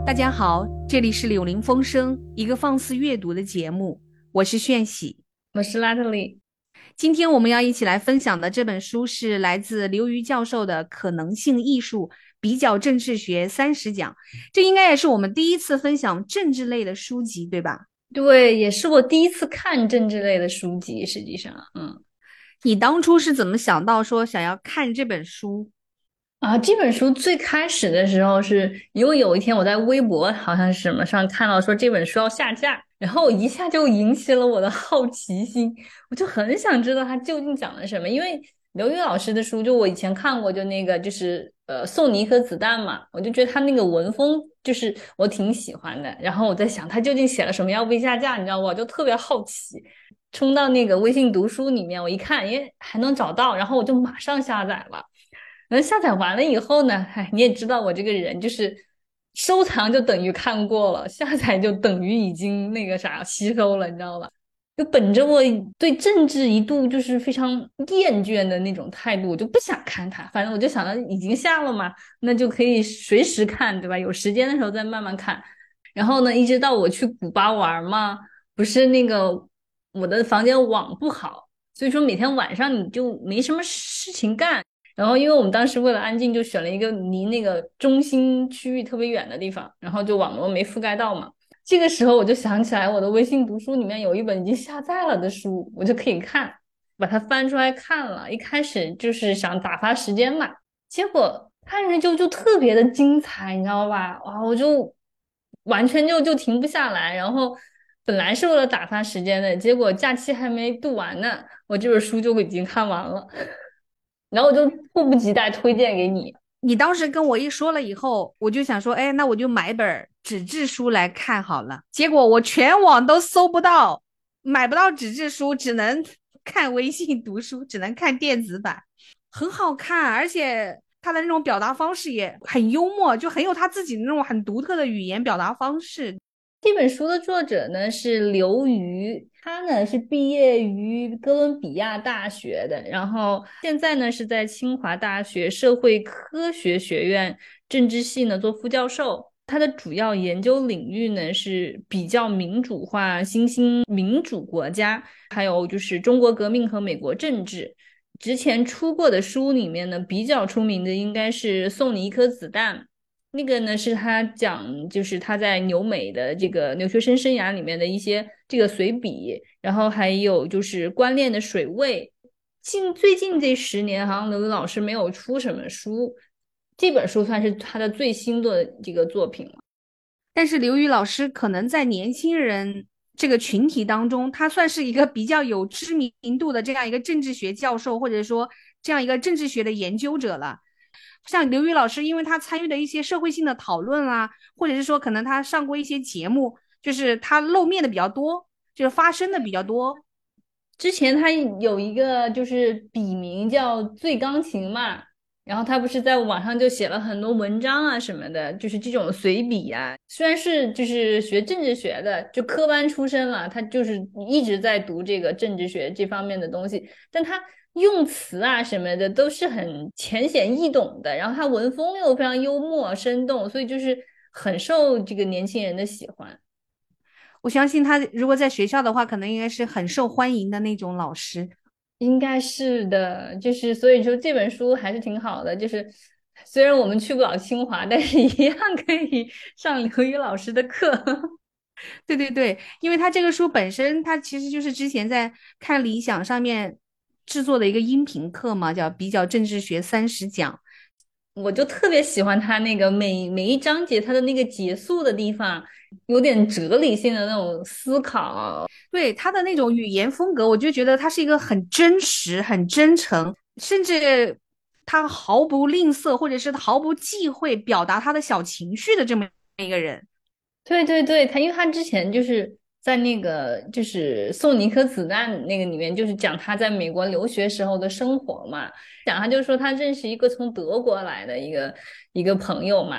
大家好，这里是柳林风声，一个放肆阅读的节目，我是炫喜。 我是拉特里。 今天我们要一起来分享的这本书是来自刘瑜教授的《可能性艺术：比较政治学30讲》，这应该也是我们第一次分享政治类的书籍，对吧？ 对，也是我第一次看政治类的书籍，实际上， 你当初是怎么想到说想要看这本书？ 这本书最开始的时候是因为有一天我在微博好像是什么上看到说这本书要下架，然后一下就引起了我的好奇心，我就很想知道它究竟讲了什么。因为刘瑜老师的书，就我以前看过，就那个就是送你一颗子弹嘛，我就觉得他那个文风就是我挺喜欢的。然后我在想他究竟写了什么要被下架，你知道不？我就特别好奇，冲到那个微信读书里面，我一看，诶，还能找到，然后我就马上下载了。然后下载完了以后呢，哎，你也知道我这个人就是收藏就等于看过了，下载就等于已经那个啥吸收了，你知道吧？就本着我对政治一度就是非常厌倦的那种态度，我就不想看它。反正我就想到已经下了嘛，那就可以随时看，对吧？有时间的时候再慢慢看。然后呢，一直到我去古巴玩嘛，不是那个我的房间网不好，所以说每天晚上你就没什么事情干。然后因为我们当时为了安静，就选了一个离那个中心区域特别远的地方，然后就网络没覆盖到嘛。这个时候我就想起来，我的微信读书里面有一本已经下载了的书，我就可以看，把它翻出来看了。一开始就是想打发时间嘛，结果看着就特别的精彩，你知道吧？哇，我就完全就停不下来。然后本来是为了打发时间的，结果假期还没读完呢，我这本书就已经看完了。然后我就迫不及待推荐给你。 你当时跟我一说了以后，我就想说，哎，那我就买本纸质书来看好了。结果我全网都搜不到，买不到纸质书，只能看微信读书，只能看电子版。很好看，而且他的那种表达方式也很幽默，就很有他自己的那种很独特的语言表达方式。 这本书的作者呢是刘瑜，他呢是毕业于哥伦比亚大学的，然后现在呢是在清华大学社会科学学院政治系呢做副教授。他的主要研究领域呢是比较民主化新兴民主国家，还有就是中国革命和美国政治。之前出过的书里面呢，比较出名的应该是《送你一颗子弹》，那个呢是他讲，就是他在留美的这个留学生生涯里面的一些这个随笔，然后还有就是观念的水位。最近这10年，好像刘宇老师没有出什么书，这本书算是他的最新的这个作品了。 但是刘宇老师可能在年轻人这个群体当中，他算是一个比较有知名度的这样一个政治学教授，或者说这样一个政治学的研究者了。像刘宇老师，因为他参与的一些社会性的讨论啊，或者是说可能他上过一些节目，就是他露面的比较多，就是发声的比较多。 之前他有一个就是笔名叫醉钢琴嘛，然后他不是在网上就写了很多文章啊什么的，就是这种随笔啊。虽然是就是学政治学的，就科班出身了，他就是一直在读这个政治学这方面的东西，但他用词啊什么的都是很浅显易懂的，然后他文风又非常幽默生动，所以就是很受这个年轻人的喜欢。 我相信他如果在学校的话，可能应该是很受欢迎的那种老师。 应该是的，就是所以说这本书还是挺好的，就是虽然我们去不了清华，但是一样可以上刘宇老师的课。 对对对，因为他这个书本身，它其实就是之前在看理想上面制作的一个音频课嘛，叫《比较政治学30讲》。 我就特别喜欢他那个每一章节他的那个结束的地方，有点哲理性的那种思考。 对他的那种语言风格，我就觉得他是一个很真实、很真诚，甚至他毫不吝啬，或者是他毫不忌讳表达他的小情绪的这么一个人。 对对对，他因为他之前就是在那个就是送你一颗子弹那个里面，就是讲他在美国留学时候的生活嘛，讲他就说他认识一个从德国来的一个朋友嘛，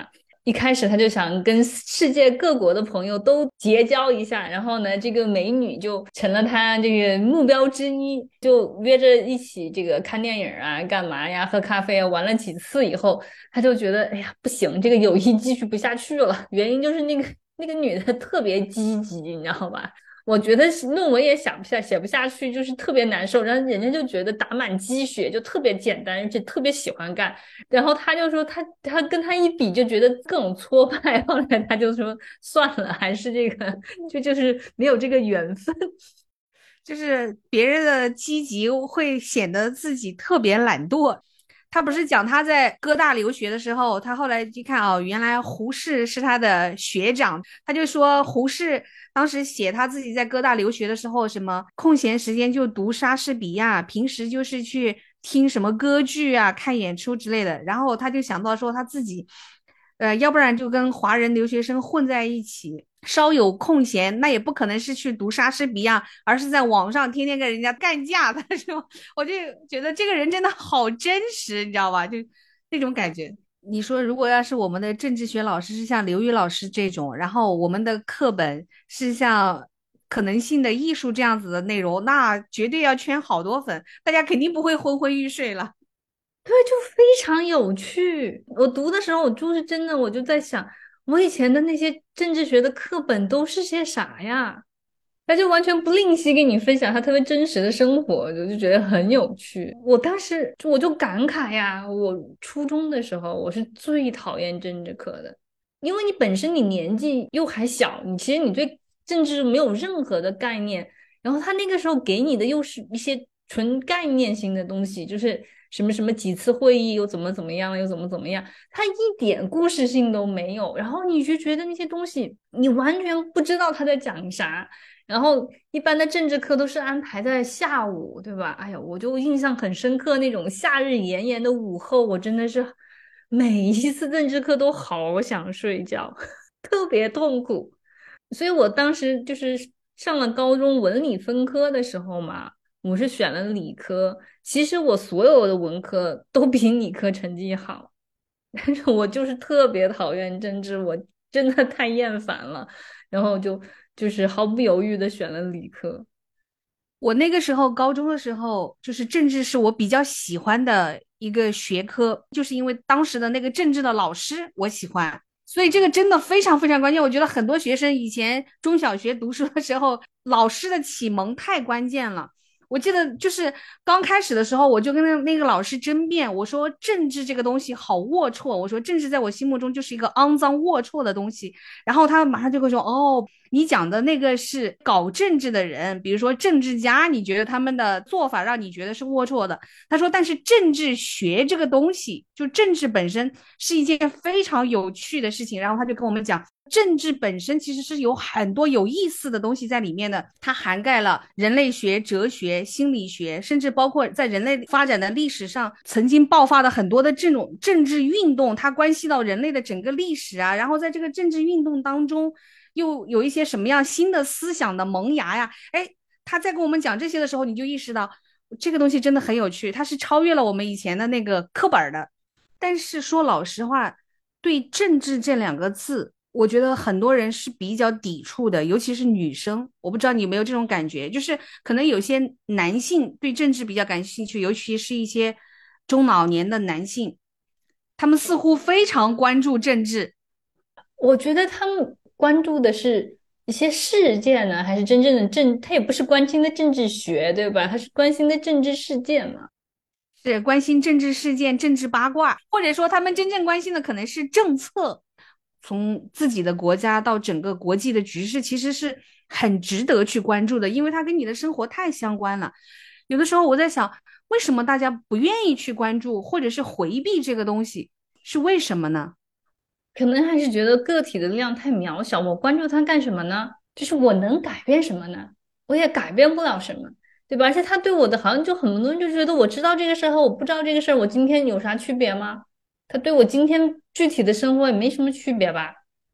一开始他就想跟世界各国的朋友都结交一下，然后呢，这个美女就成了他这个目标之一，就约着一起这个看电影啊，干嘛呀，喝咖啡啊，玩了几次以后，他就觉得，哎呀，不行，这个友谊继续不下去了。原因就是那个女的特别积极，你知道吧？我觉得论文也写不下去，就是特别难受。然后人家就觉得打满鸡血就特别简单，而且特别喜欢干。然后他就说他跟他一比就觉得各种挫败。后来他就说算了，还是这个就是没有这个缘分。 就是别人的积极会显得自己特别懒惰。他不是讲他在哥大留学的时候，他后来一看哦，原来胡适是他的学长，他就说胡适当时写他自己在哥大留学的时候，什么空闲时间就读莎士比亚，平时就是去听什么歌剧啊、看演出之类的。然后他就想到说他自己，要不然就跟华人留学生混在一起，稍有空闲，那也不可能是去读莎士比亚，而是在网上天天跟人家干架。他说，我就觉得这个人真的好真实，你知道吧？就那种感觉。你说，如果要是我们的政治学老师是像刘宇老师这种，然后我们的课本是像可能性的艺术这样子的内容，那绝对要圈好多粉，大家肯定不会昏昏欲睡了。 对，就非常有趣。我读的时候，我就是真的，我就在想，我以前的那些政治学的课本都是些啥呀？他就完全不吝惜给你分享他特别真实的生活，我就觉得很有趣。我当时我就感慨呀，我初中的时候我是最讨厌政治课的，因为你本身你年纪又还小，你其实你对政治没有任何的概念，然后他那个时候给你的又是一些纯概念性的东西，就是什么什么几次会议又怎么怎么样，又怎么怎么样，他一点故事性都没有，然后你就觉得那些东西你完全不知道他在讲啥。然后一般的政治课都是安排在下午，对吧？哎呀，我就印象很深刻，那种夏日炎炎的午后，我真的是每一次政治课都好想睡觉，特别痛苦。所以我当时就是上了高中文理分科的时候嘛，我是选了理科。其实我所有的文科都比理科成绩好，但是我就是特别讨厌政治，我真的太厌烦了，然后就是毫不犹豫的选了理科。 我那个时候高中的时候，就是政治是我比较喜欢的一个学科，就是因为当时的那个政治的老师我喜欢，所以这个真的非常非常关键。我觉得很多学生以前中小学读书的时候，老师的启蒙太关键了。我记得就是刚开始的时候，我就跟那个老师争辩，我说政治这个东西好龌龊，我说政治在我心目中就是一个肮脏龌龊的东西。然后他马上就会说，哦，你讲的那个是搞政治的人，比如说政治家，你觉得他们的做法让你觉得是龌龊的。他说，但是政治学这个东西，就政治本身是一件非常有趣的事情。然后他就跟我们讲，政治本身其实是有很多有意思的东西在里面的，它涵盖了人类学、哲学、心理学，甚至包括在人类发展的历史上曾经爆发的很多的这种政治运动，它关系到人类的整个历史啊。然后在这个政治运动当中，又有一些什么样新的思想的萌芽呀？哎，他在跟我们讲这些的时候，你就意识到这个东西真的很有趣，它是超越了我们以前的那个课本的。但是说老实话，对政治这两个字，我觉得很多人是比较抵触的，尤其是女生。我不知道你有没有这种感觉，就是可能有些男性对政治比较感兴趣，尤其是一些中老年的男性，他们似乎非常关注政治。 我觉得他们关注的是一些事件呢，还是真正的他也不是关心的政治学，对吧？他是关心的政治事件嘛。 是关心政治事件、政治八卦，或者说他们真正关心的可能是政策，从自己的国家到整个国际的局势，其实是很值得去关注的，因为它跟你的生活太相关了。有的时候我在想，为什么大家不愿意去关注，或者是回避这个东西，是为什么呢？ 可能还是觉得个体的力量太渺小，我关注它干什么呢？就是我能改变什么呢？我也改变不了什么，对吧？而且他对我的好像就很多人就觉得我知道这个事儿和我不知道这个事儿，我今天有啥区别吗？他对我今天具体的生活也没什么区别吧？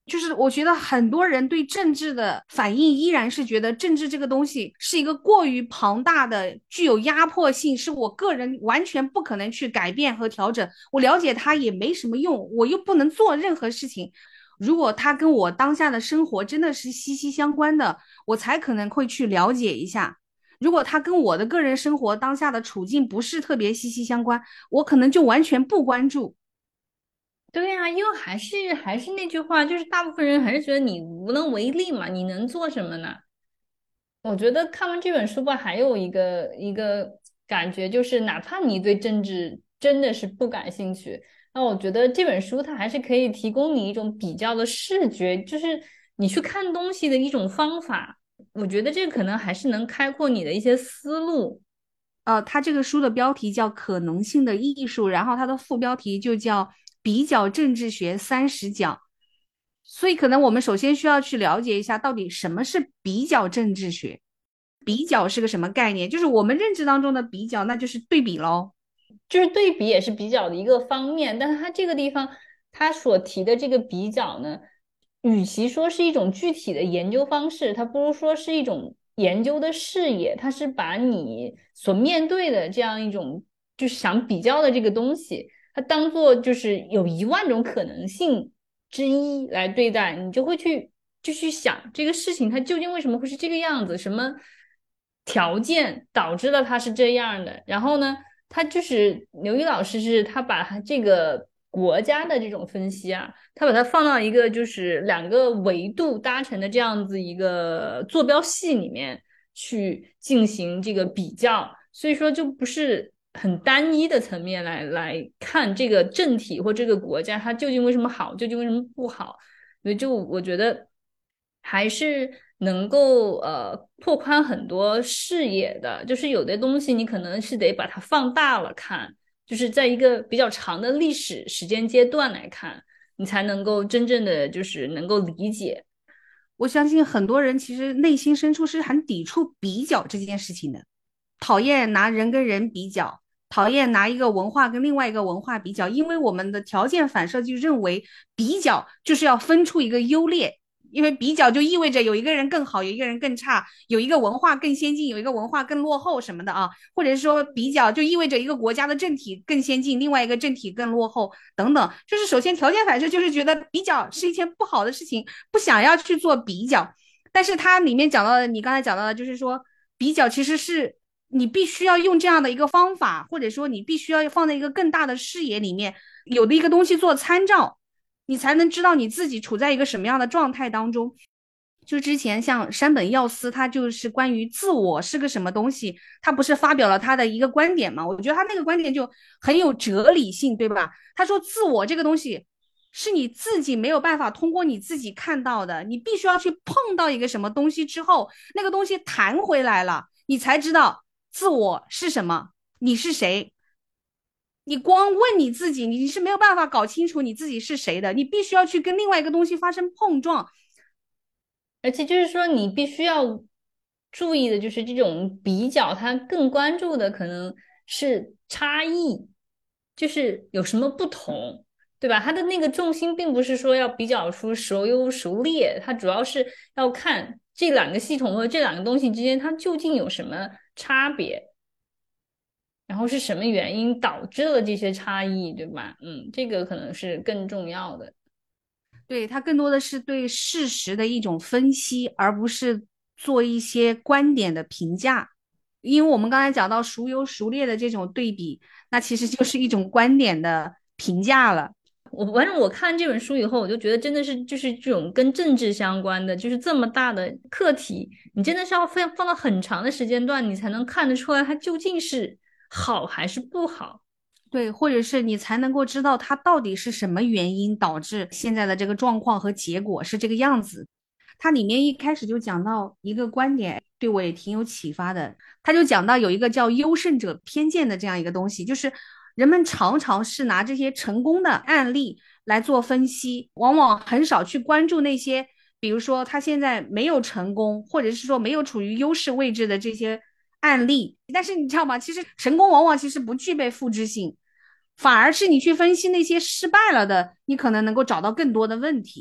就是我觉得很多人对政治的反应依然是觉得政治这个东西是一个过于庞大的、具有压迫性，是我个人完全不可能去改变和调整。我了解它也没什么用，我又不能做任何事情。如果它跟我当下的生活真的是息息相关的，我才可能会去了解一下。如果它跟我的个人生活当下的处境不是特别息息相关，我可能就完全不关注。 对呀，因为还是那句话，就是大部分人还是觉得你无能为力嘛，你能做什么呢？我觉得看完这本书吧，还有一个感觉就是，哪怕你对政治真的是不感兴趣，那我觉得这本书它还是可以提供你一种比较的视觉，就是你去看东西的一种方法。我觉得这个可能还是能开阔你的一些思路。 它这个书的标题叫《可能性的艺术》，然后它的副标题就叫《比较政治学30讲》。所以，可能我们首先需要去了解一下，到底什么是比较政治学？比较是个什么概念？就是我们认知当中的比较，那就是对比喽。 就是对比也是比较的一个方面，但是它这个地方它所提的这个比较呢，与其说是一种具体的研究方式，它不如说是一种研究的视野，它是把你所面对的这样一种就是想比较的这个东西，它当做就是有1万种可能性之一来对待，你就会去想这个事情它究竟为什么会是这个样子，什么条件导致了它是这样的，然后呢？他就是刘宇老师，是他把他这个国家的这种分析啊，他把它放到一个就是2个维度搭成的这样子一个坐标系里面去进行这个比较，所以说就不是很单一的层面来看这个政体或这个国家它究竟为什么好，究竟为什么不好，所以就我觉得还是能够拓宽很多视野的，就是有的东西你可能是得把它放大了看，就是在一个比较长的历史时间阶段来看，你才能够真正的就是能够理解。 我相信很多人其实内心深处是很抵触比较这件事情的，讨厌拿人跟人比较，讨厌拿一个文化跟另外一个文化比较，因为我们的条件反射就认为比较就是要分出一个优劣，因为比较就意味着有一个人更好，有一个人更差，有一个文化更先进，有一个文化更落后什么的啊，或者是说比较就意味着一个国家的政体更先进，另外一个政体更落后等等。就是首先条件反射就是觉得比较是一件不好的事情，不想要去做比较。但是它里面讲到的，你刚才讲到的，就是说比较其实是你必须要用这样的一个方法，或者说你必须要放在一个更大的视野里面，有的一个东西做参照，你才能知道你自己处在一个什么样的状态当中。就之前像山本耀司，他就是关于自我是个什么东西，他不是发表了他的一个观点嘛？我觉得他那个观点就很有哲理性，对吧？他说自我这个东西是你自己没有办法通过你自己看到的，你必须要去碰到一个什么东西之后，那个东西弹回来了，你才知道自我是什么，你是谁。你光问你自己，你是没有办法搞清楚你自己是谁的，你必须要去跟另外一个东西发生碰撞。 而且就是说，你必须要注意的，就是这种比较，它更关注的可能是差异，就是有什么不同，对吧？它的那个重心并不是说要比较出孰优孰劣，它主要是要看这2个系统和这2个东西之间它究竟有什么差别，然后是什么原因导致了这些差异，对吧？这个可能是更重要的。 对，它更多的是对事实的一种分析，而不是做一些观点的评价。因为我们刚才讲到孰优孰劣的这种对比，那其实就是一种观点的评价了。 反正我看这本书以后，我就觉得真的是就是这种跟政治相关的，就是这么大的课题，你真的是要放到很长的时间段，你才能看得出来它究竟是好还是不好。 对，或者是你才能够知道它到底是什么原因导致现在的这个状况和结果是这个样子。它里面一开始就讲到一个观点，对我也挺有启发的。他就讲到有一个叫优胜者偏见的这样一个东西，就是人们常常是拿这些成功的案例来做分析，往往很少去关注那些，比如说他现在没有成功，或者是说没有处于优势位置的这些案例。但是你知道吗？其实成功往往其实不具备复制性。反而是你去分析那些失败了的，你可能能够找到更多的问题。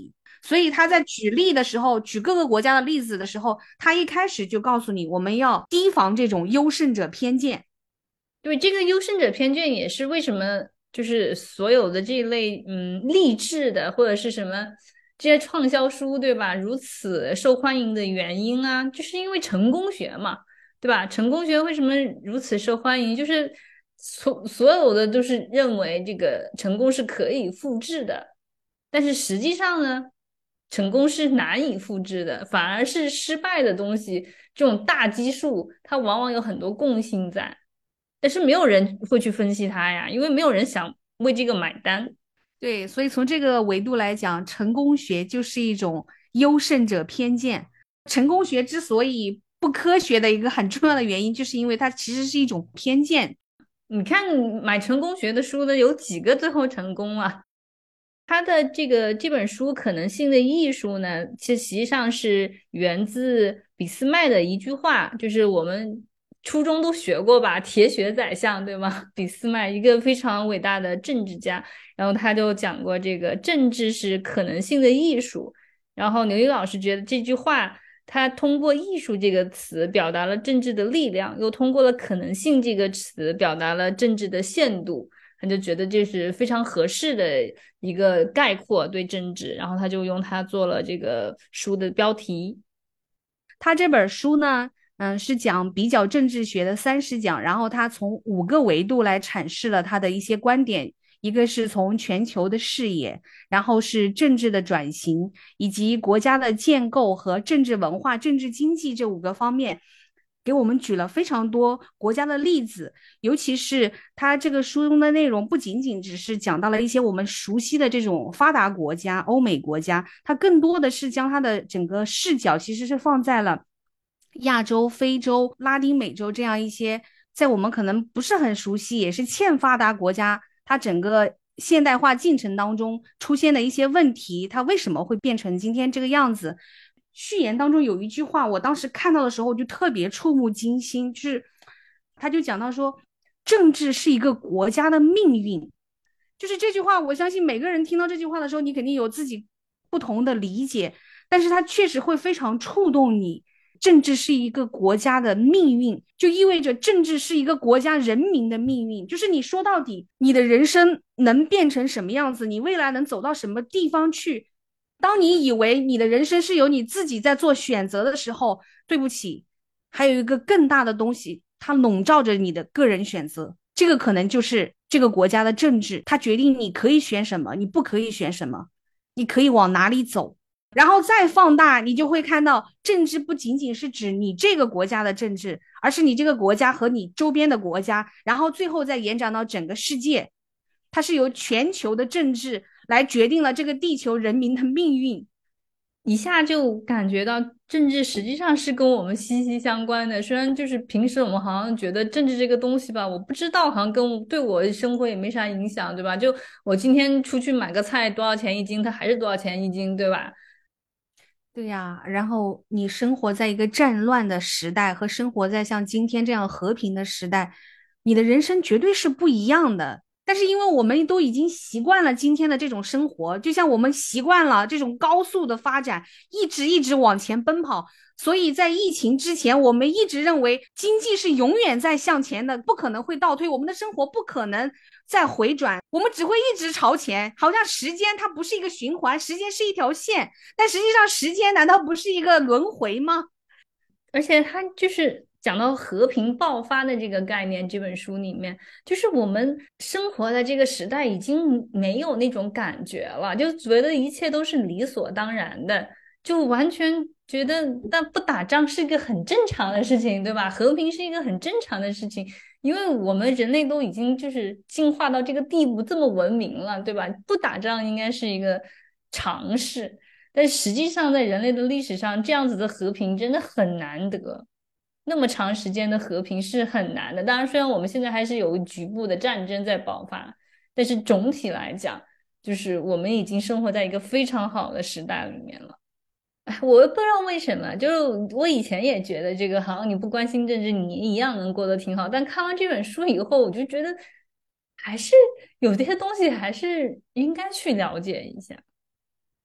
所以他在举例的时候，举各个国家的例子的时候，他一开始就告诉你，我们要提防这种优胜者偏见。 对，这个优胜者偏见也是为什么就是所有的这一类励志的或者是什么这些畅销书，对吧？如此受欢迎的原因啊，就是因为成功学嘛，对吧？成功学为什么如此受欢迎？就是所有的都是认为这个成功是可以复制的，但是实际上呢，成功是难以复制的，反而是失败的东西，这种大基数，它往往有很多共性在。但是没有人会去分析它呀，因为没有人想为这个买单。 对，所以从这个维度来讲，成功学就是一种优胜者偏见。成功学之所以不科学的一个很重要的原因，就是因为它其实是一种偏见。 你看买成功学的书的有几个最后成功啊？他的这本书《可能性的艺术》呢，其实实际上是源自俾斯麦的一句话，就是我们初中都学过吧，铁血宰相，对吗？俾斯麦一个非常伟大的政治家，然后他就讲过这个政治是可能性的艺术，然后刘宇老师觉得这句话。他通过“艺术”这个词表达了政治的力量，又通过了“可能性”这个词表达了政治的限度。他就觉得这是非常合适的一个概括对政治，然后他就用它做了这个书的标题。 他这本书呢，是讲比较政治学的30讲，然后他从5个维度来阐释了他的一些观点。一个是从全球的视野，然后是政治的转型，以及国家的建构和政治文化、政治经济这5个方面，给我们举了非常多国家的例子。尤其是他这个书中的内容，不仅仅只是讲到了一些我们熟悉的这种发达国家、欧美国家，它更多的是将它的整个视角其实是放在了亚洲、非洲、拉丁美洲这样一些在我们可能不是很熟悉，也是欠发达国家，它整个现代化进程当中出现的一些问题，它为什么会变成今天这个样子？序言当中有一句话，我当时看到的时候就特别触目惊心，就是他就讲到说，政治是一个国家的命运。就是这句话，我相信每个人听到这句话的时候，你肯定有自己不同的理解，但是它确实会非常触动你。政治是一个国家的命运，就意味着政治是一个国家人民的命运。就是你说到底，你的人生能变成什么样子，你未来能走到什么地方去，当你以为你的人生是由你自己在做选择的时候，对不起，还有一个更大的东西，它笼罩着你的个人选择。这个可能就是这个国家的政治，它决定你可以选什么，你不可以选什么，你可以往哪里走。然后再放大，你就会看到，政治不仅仅是指你这个国家的政治，而是你这个国家和你周边的国家，然后最后再延展到整个世界。它是由全球的政治来决定了这个地球人民的命运。 一下就感觉到政治实际上是跟我们息息相关的。虽然就是平时我们好像觉得政治这个东西吧，我不知道，好像对我生活也没啥影响，对吧？就我今天出去买个菜多少钱一斤，它还是多少钱一斤，对吧？ 对呀，然后你生活在一个战乱的时代，和生活在像今天这样和平的时代，你的人生绝对是不一样的。但是因为我们都已经习惯了今天的这种生活，就像我们习惯了这种高速的发展，一直往前奔跑，所以在疫情之前，我们一直认为经济是永远在向前的，不可能会倒退，我们的生活不可能再回转，我们只会一直朝前。好像时间它不是一个循环，时间是一条线，但实际上时间难道不是一个轮回吗？ 而且他就是讲到和平爆发的这个概念，这本书里面，就是我们生活在这个时代已经没有那种感觉了，就觉得一切都是理所当然的，就完全觉得但不打仗是一个很正常的事情，对吧？和平是一个很正常的事情，因为我们人类都已经就是进化到这个地步，这么文明了，对吧？不打仗应该是一个常识。但实际上，在人类的历史上，这样子的和平真的很难得。那么长时间的和平是很难的。当然，虽然我们现在还是有局部的战争在爆发，但是总体来讲，就是我们已经生活在一个非常好的时代里面了。哎，我也不知道为什么，就是我以前也觉得这个好像你不关心政治，你一样能过得挺好。但看完这本书以后，我就觉得还是有些东西还是应该去了解一下。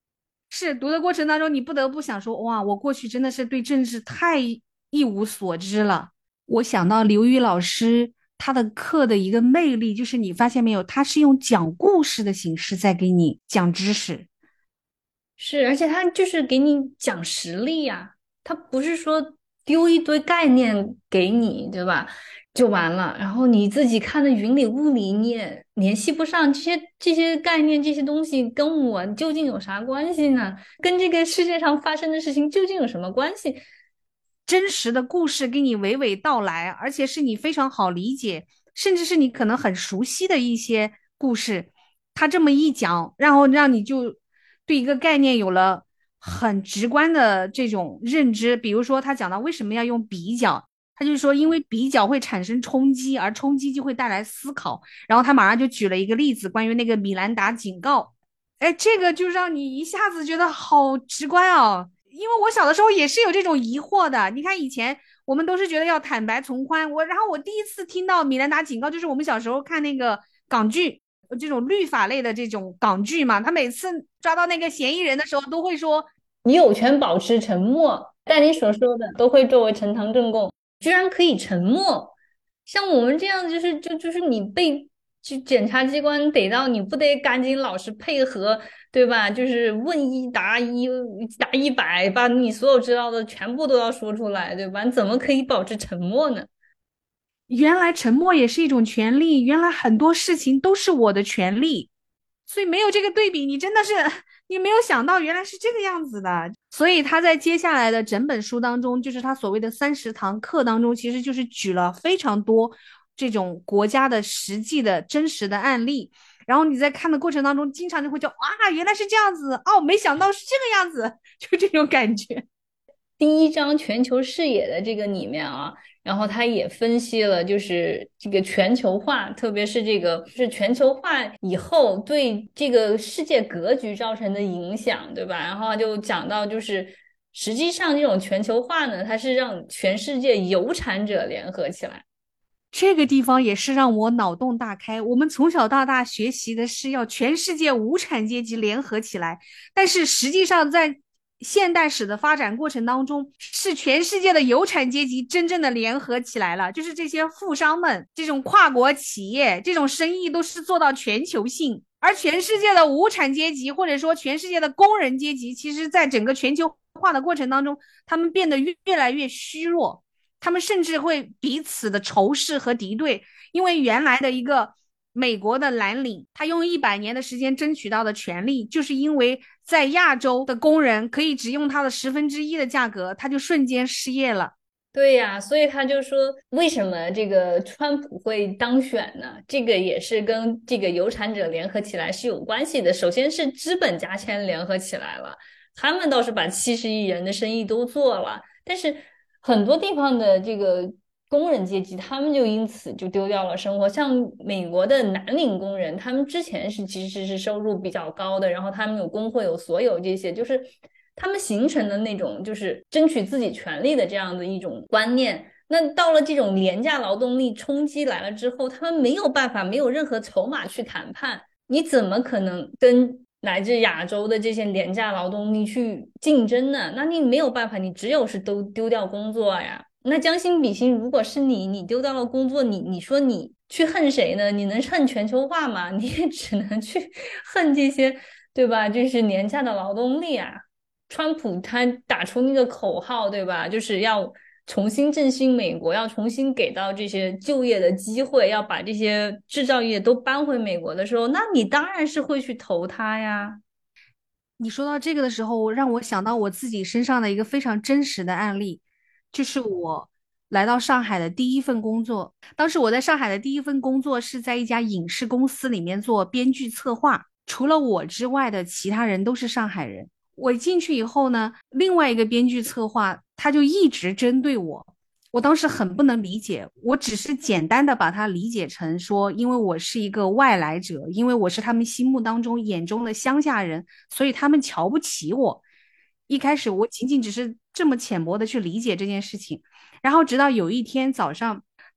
是读的过程当中，你不得不想说，哇，我过去真的是对政治太一无所知了。我想到刘宇老师他的课的一个魅力，就是你发现没有，他是用讲故事的形式在给你讲知识。 是，而且他就是给你讲实例呀，他不是说丢一堆概念给你，对吧？就完了，然后你自己看的云里雾里，你也联系不上这些概念、这些东西跟我究竟有啥关系呢？跟这个世界上发生的事情究竟有什么关系？ 真实的故事给你娓娓道来，而且是你非常好理解，甚至是你可能很熟悉的一些故事，他这么一讲，然后让你就对一个概念有了很直观的这种认知。比如说，他讲到为什么要用比较，他就说因为比较会产生冲击，而冲击就会带来思考。然后他马上就举了一个例子，关于那个米兰达警告，哎，这个就让你一下子觉得好直观哦。因为我小的时候也是有这种疑惑的。你看以前我们都是觉得要坦白从宽，然后我第一次听到米兰达警告，就是我们小时候看那个港剧，这种律法类的这种港剧嘛，他每次抓到那个嫌疑人的时候都会说， 你有权保持沉默，但你所说的都会作为呈堂证供，居然可以沉默。像我们这样，就是你被检察机关逮到，你不得赶紧老实配合，对吧？就是问一答一，答100，把你所有知道的全部都要说出来，对吧？你怎么可以保持沉默呢？ 原来沉默也是一种权利，原来很多事情都是我的权利。所以没有这个对比，你真的是你没有想到原来是这个样子的。所以他在接下来的整本书当中，就是他所谓的30堂课当中，其实就是举了非常多这种国家的实际的真实的案例。然后你在看的过程当中，经常就会觉得哇，原来是这样子哦，没想到是这个样子，就这种感觉。 第一章全球视野的这个里面啊，然后他也分析了，就是这个全球化，特别是这个是全球化以后对这个世界格局造成的影响，对吧？然后就讲到，就是实际上这种全球化呢，它是让全世界有产者联合起来。 这个地方也是让我脑洞大开。我们从小到大学习的是要全世界无产阶级联合起来，但是实际上在现代史的发展过程当中，是全世界的有产阶级真正的联合起来了。就是这些富商们，这种跨国企业，这种生意都是做到全球性。而全世界的无产阶级，或者说全世界的工人阶级，其实在整个全球化的过程当中，他们变得越来越虚弱。他们甚至会彼此的仇视和敌对，因为原来的一个美国的蓝领，他用100年的时间争取到的权利，就是因为在亚洲的工人可以只用他的1/10的价格，他就瞬间失业了。 对呀，所以他就说，为什么这个川普会当选呢？这个也是跟这个有产者联合起来是有关系的。首先是资本家先联合起来了，他们倒是把70亿人的生意都做了，但是很多地方的这个工人阶级，他们就因此就丢掉了生活。像美国的蓝领工人，他们之前其实是收入比较高的，然后他们有工会，有所有这些，就是他们形成的那种就是争取自己权利的这样的一种观念。那到了这种廉价劳动力冲击来了之后，他们没有办法，没有任何筹码去谈判，你怎么可能跟来自亚洲的这些廉价劳动力去竞争呢？那你没有办法，你只有是都丢掉工作呀。那将心比心，如果是你丢掉了工作，你说你去恨谁呢？你能恨全球化吗？你也只能去恨这些，对吧？就是廉价的劳动力啊。川普他打出那个口号，对吧？就是要重新振兴美国，要重新给到这些就业的机会，要把这些制造业都搬回美国的时候，那你当然是会去投他呀。 你说到这个的时候，让我想到我自己身上的一个非常真实的案例，就是我来到上海的第一份工作。当时我在上海的第一份工作是在一家影视公司里面做编剧策划，除了我之外的其他人都是上海人。我进去以后呢，另外一个编剧策划他就一直针对我，我当时很不能理解，我只是简单的把它理解成说，因为我是一个外来者，因为我是他们心目当中眼中的乡下人，所以他们瞧不起我。一开始我仅仅只是这么浅薄的去理解这件事情，然后直到有一天早上，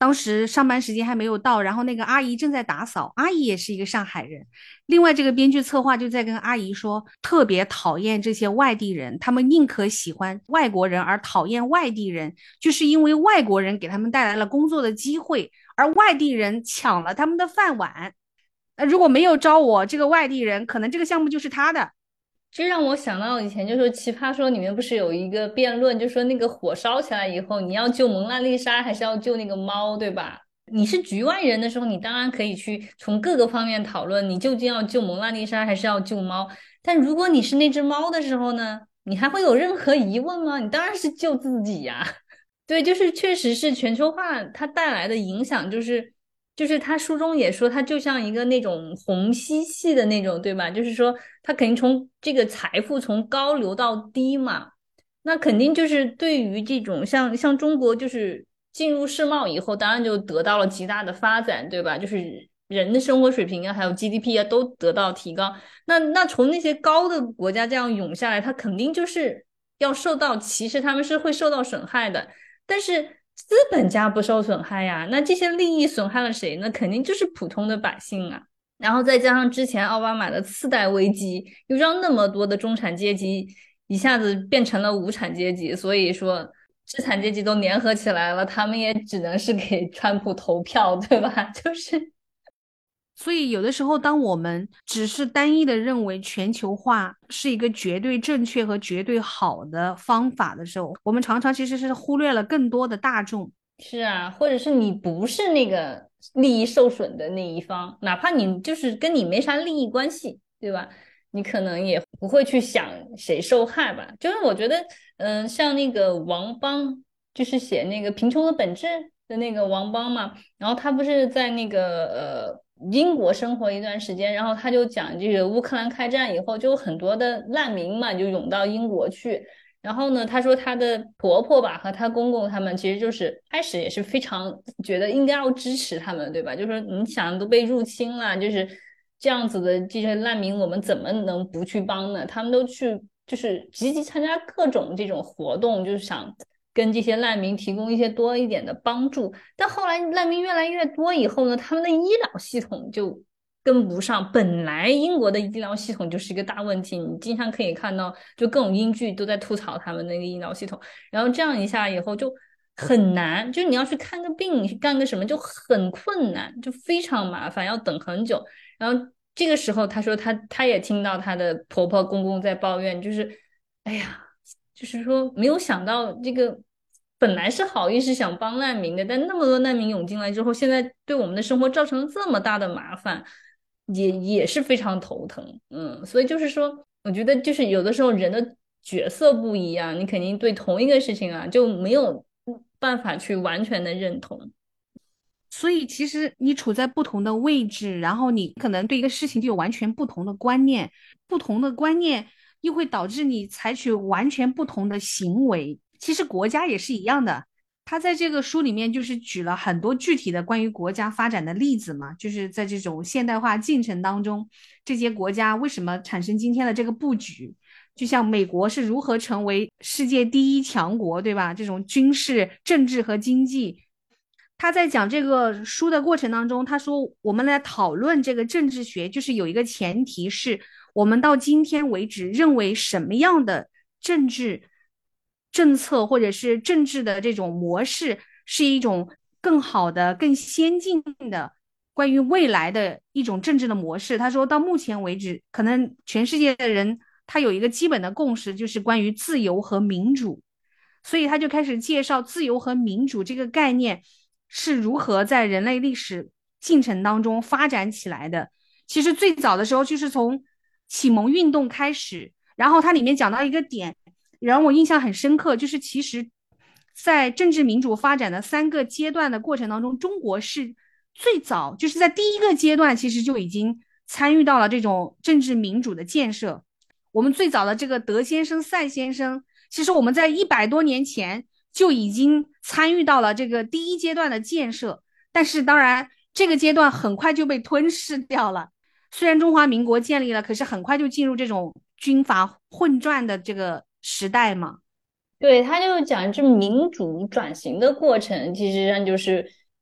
当时上班时间还没有到，然后那个阿姨正在打扫，阿姨也是一个上海人。另外，这个编剧策划就在跟阿姨说，特别讨厌这些外地人，他们宁可喜欢外国人而讨厌外地人，就是因为外国人给他们带来了工作的机会，而外地人抢了他们的饭碗。如果没有招我这个外地人，可能这个项目就是他的。 这让我想到以前就说《奇葩说》里面不是有一个辩论，就说那个火烧起来以后，你要救蒙娜丽莎还是要救那个猫，对吧？你是局外人的时候，你当然可以去从各个方面讨论，你究竟要救蒙娜丽莎还是要救猫。但如果你是那只猫的时候呢，你还会有任何疑问吗？你当然是救自己呀。对，就是确实是全球化它带来的影响，就是他书中也说，它就像一个那种虹吸器的那种，对吧？就是说，它肯定从这个财富从高流到低嘛，那肯定就是对于这种像中国，就是进入世贸以后，当然就得到了极大的发展，对吧？就是人的生活水平啊，还有 GDP 啊，都得到提高。那从那些高的国家这样涌下来，它肯定就是要受到歧视，他们是会受到损害的。但是资本家不受损害呀，那这些利益损害了谁呢？肯定就是普通的百姓啊。然后再加上之前奥巴马的次贷危机，又让那么多的中产阶级一下子变成了无产阶级，所以说资产阶级都联合起来了，他们也只能是给川普投票，对吧？就是所以有的时候，当我们只是单一的认为全球化是一个绝对正确和绝对好的方法的时候，我们常常其实是忽略了更多的大众。 是啊，或者是你不是那个利益受损的那一方，哪怕你就是跟你没啥利益关系，对吧？你可能也不会去想谁受害吧。就是我觉得，像那个王邦，就是写那个《贫穷的本质》的那个王邦嘛，然后他不是在那个英国生活一段时间，然后他就讲这个乌克兰开战以后，就有很多的难民嘛，就涌到英国去。然后呢，她说她的婆婆吧和她公公他们其实就是开始也是非常觉得应该要支持他们，对吧？就是说你想都被入侵了，就是这样子的这些难民，我们怎么能不去帮呢？他们都去就是积极参加各种这种活动，就是想跟这些难民提供一些多一点的帮助。但后来难民越来越多以后呢，他们的医疗系统就跟不上。本来英国的医疗系统就是一个大问题，你经常可以看到，就各种英剧都在吐槽他们那个医疗系统。然后这样一下以后就很难，就你要去看个病，你去干个什么就很困难，就非常麻烦，要等很久。然后这个时候，她说她也听到她的婆婆公公在抱怨，就是哎呀，就是说没有想到这个。本来是好意是想帮难民的，但那么多难民涌进来之后，现在对我们的生活造成了这么大的麻烦，也是非常头疼。所以就是说，我觉得就是有的时候人的角色不一样，你肯定对同一个事情啊就没有办法去完全的认同。 所以其实你处在不同的位置，然后你可能对一个事情就有完全不同的观念，不同的观念又会导致你采取完全不同的行为。其实国家也是一样的，他在这个书里面就是举了很多具体的关于国家发展的例子嘛，就是在这种现代化进程当中，这些国家为什么产生今天的这个布局。就像美国是如何成为世界第一强国，对吧？这种军事、政治和经济，他在讲这个书的过程当中，他说我们来讨论这个政治学，就是有一个前提是我们到今天为止认为什么样的政治政策或者是政治的这种模式是一种更好的、更先进的关于未来的一种政治的模式。他说到目前为止，可能全世界的人他有一个基本的共识，就是关于自由和民主。所以他就开始介绍自由和民主这个概念是如何在人类历史进程当中发展起来的。其实最早的时候就是从启蒙运动开始，然后它里面讲到一个点，让我印象很深刻，就是其实，在政治民主发展的3个阶段的过程当中，中国是最早，就是在第一个阶段，其实就已经参与到了这种政治民主的建设。我们最早的这个德先生、赛先生，其实我们在100多年前就已经参与到了这个第一阶段的建设，但是当然这个阶段很快就被吞噬掉了。虽然中华民国建立了，可是很快就进入这种军阀混战的这个时代嘛。 对，他就讲这民主转型的过程，其实上就是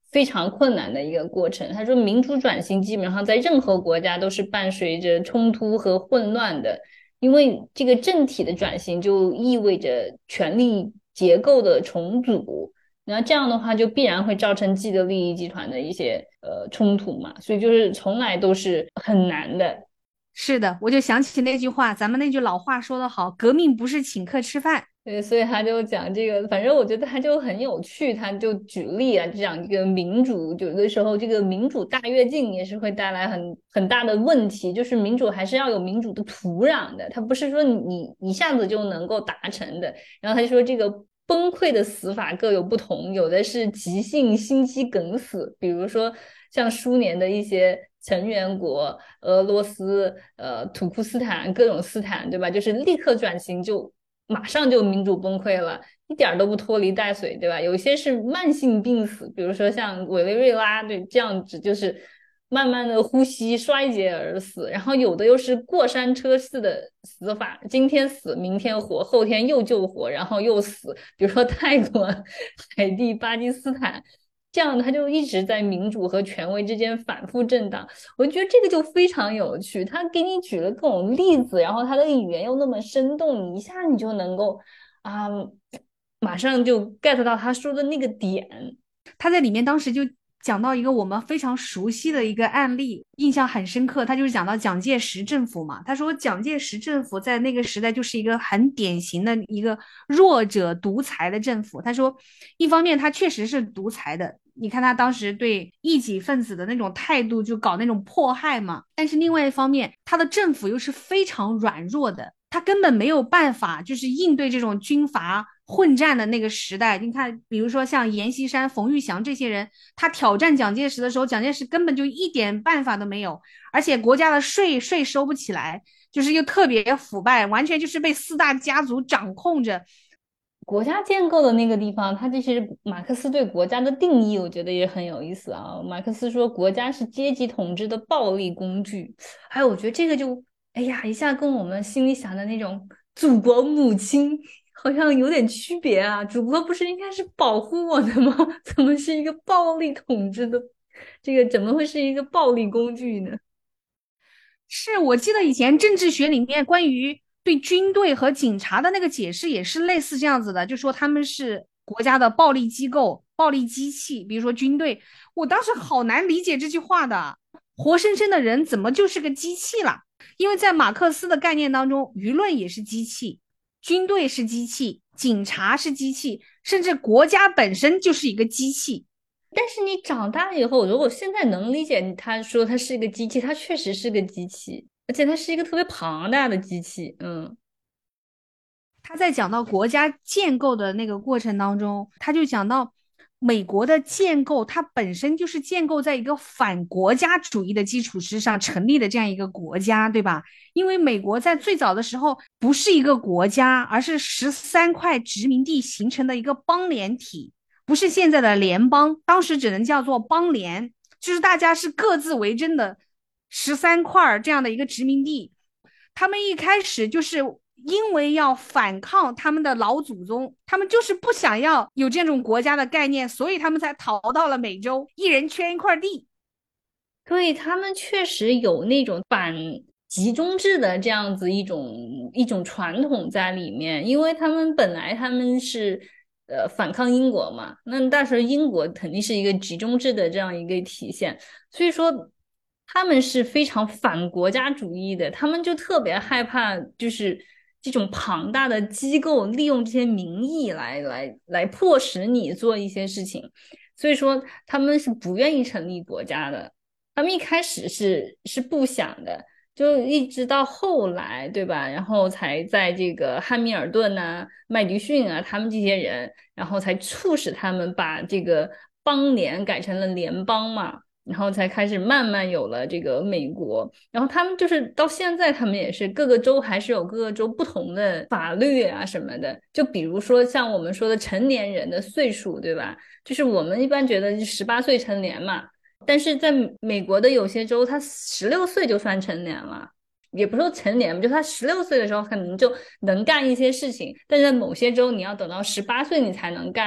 非常困难的一个过程。他说，民主转型基本上在任何国家都是伴随着冲突和混乱的，因为这个政体的转型就意味着权力结构的重组，那这样的话就必然会造成既得利益集团的一些冲突嘛，所以就是从来都是很难的。 是的，我就想起那句话，咱们那句老话说得好，革命不是请客吃饭。 对，所以他就讲这个，反正我觉得他就很有趣，他就举例啊，就讲这个民主，有的时候这个民主大跃进也是会带来很大的问题，就是民主还是要有民主的土壤的，它不是说你一下子就能够达成的。然后他就说这个崩溃的死法各有不同，有的是急性心肌梗死，比如说像苏联的一些成员国，俄罗斯、土库斯坦、各种斯坦，对吧？就是立刻转型就马上就民主崩溃了，一点都不拖泥带水，对吧？有一些是慢性病死，比如说像委内瑞拉，对，这样子就是慢慢的呼吸衰竭而死。然后有的又是过山车式的死法，今天死，明天活，后天又救活，然后又死。比如说泰国、海地、巴基斯坦。这样他就一直在民主和权威之间反复震荡，我觉得这个就非常有趣。他给你举了各种例子，然后他的语言又那么生动，你一下你就能够啊，马上就 get 到他说的那个点。 他在里面当时就讲到一个我们非常熟悉的一个案例，印象很深刻。他就是讲到蒋介石政府嘛，他说蒋介石政府在那个时代就是一个很典型的一个弱者独裁的政府。他说，一方面他确实是独裁的，你看他当时对异己分子的那种态度，就搞那种迫害嘛。但是另外一方面，他的政府又是非常软弱的，他根本没有办法就是应对这种军阀混战的那个时代。你看，比如说像阎锡山、冯玉祥这些人，他挑战蒋介石的时候，蒋介石根本就一点办法都没有，而且国家的税收不起来，就是又特别腐败，完全就是被四大家族掌控着。 国家建构的那个地方，它其实马克思对国家的定义，我觉得也很有意思啊。马克思说，国家是阶级统治的暴力工具。还有，我觉得这个就，哎呀，一下跟我们心里想的那种祖国母亲好像有点区别啊。祖国不是应该是保护我的吗？怎么是一个暴力统治的？这个怎么会是一个暴力工具呢？ 是我记得以前政治学里面关于对军队和警察的那个解释也是类似这样子的，就说他们是国家的暴力机构、暴力机器。比如说军队，我当时好难理解这句话的，活生生的人怎么就是个机器了？因为在马克思的概念当中，舆论也是机器，军队是机器，警察是机器，甚至国家本身就是一个机器。 但是你长大以后，如果现在能理解他说他是一个机器，他确实是个机器，而且他是一个特别庞大的机器。嗯。 他在讲到国家建构的那个过程当中，他就讲到美国的建构，它本身就是建构在一个反国家主义的基础之上成立的这样一个国家，对吧？因为美国在最早的时候不是一个国家，而是13块殖民地形成的一个邦联体，不是现在的联邦，当时只能叫做邦联，就是大家是各自为政的13块这样的一个殖民地。他们一开始就是因为要反抗他们的老祖宗，他们就是不想要有这种国家的概念，所以他们才逃到了美洲，一人圈一块地。 对，他们确实有那种反集中制的这样子一种传统在里面，因为他们本来他们是反抗英国嘛，那到时候英国肯定是一个集中制的这样一个体现，所以说他们是非常反国家主义的，他们就特别害怕就是这种庞大的机构利用这些名义来迫使你做一些事情，所以说他们是不愿意成立国家的。他们一开始是不想的，就一直到后来，对吧？然后才在这个汉密尔顿啊、麦迪逊啊，他们这些人，然后才促使他们把这个邦联改成了联邦嘛，然后才开始慢慢有了这个美国。然后他们就是到现在，他们也是各个州还是有各个州不同的法律啊什么的。就比如说像我们说的成年人的岁数，对吧？就是我们一般觉得18岁成年嘛。但是在美国的有些州，他16岁就算成年了，也不是说成年，就他16岁的时候可能就能干一些事情，但是在某些州你要等到18岁你才能干，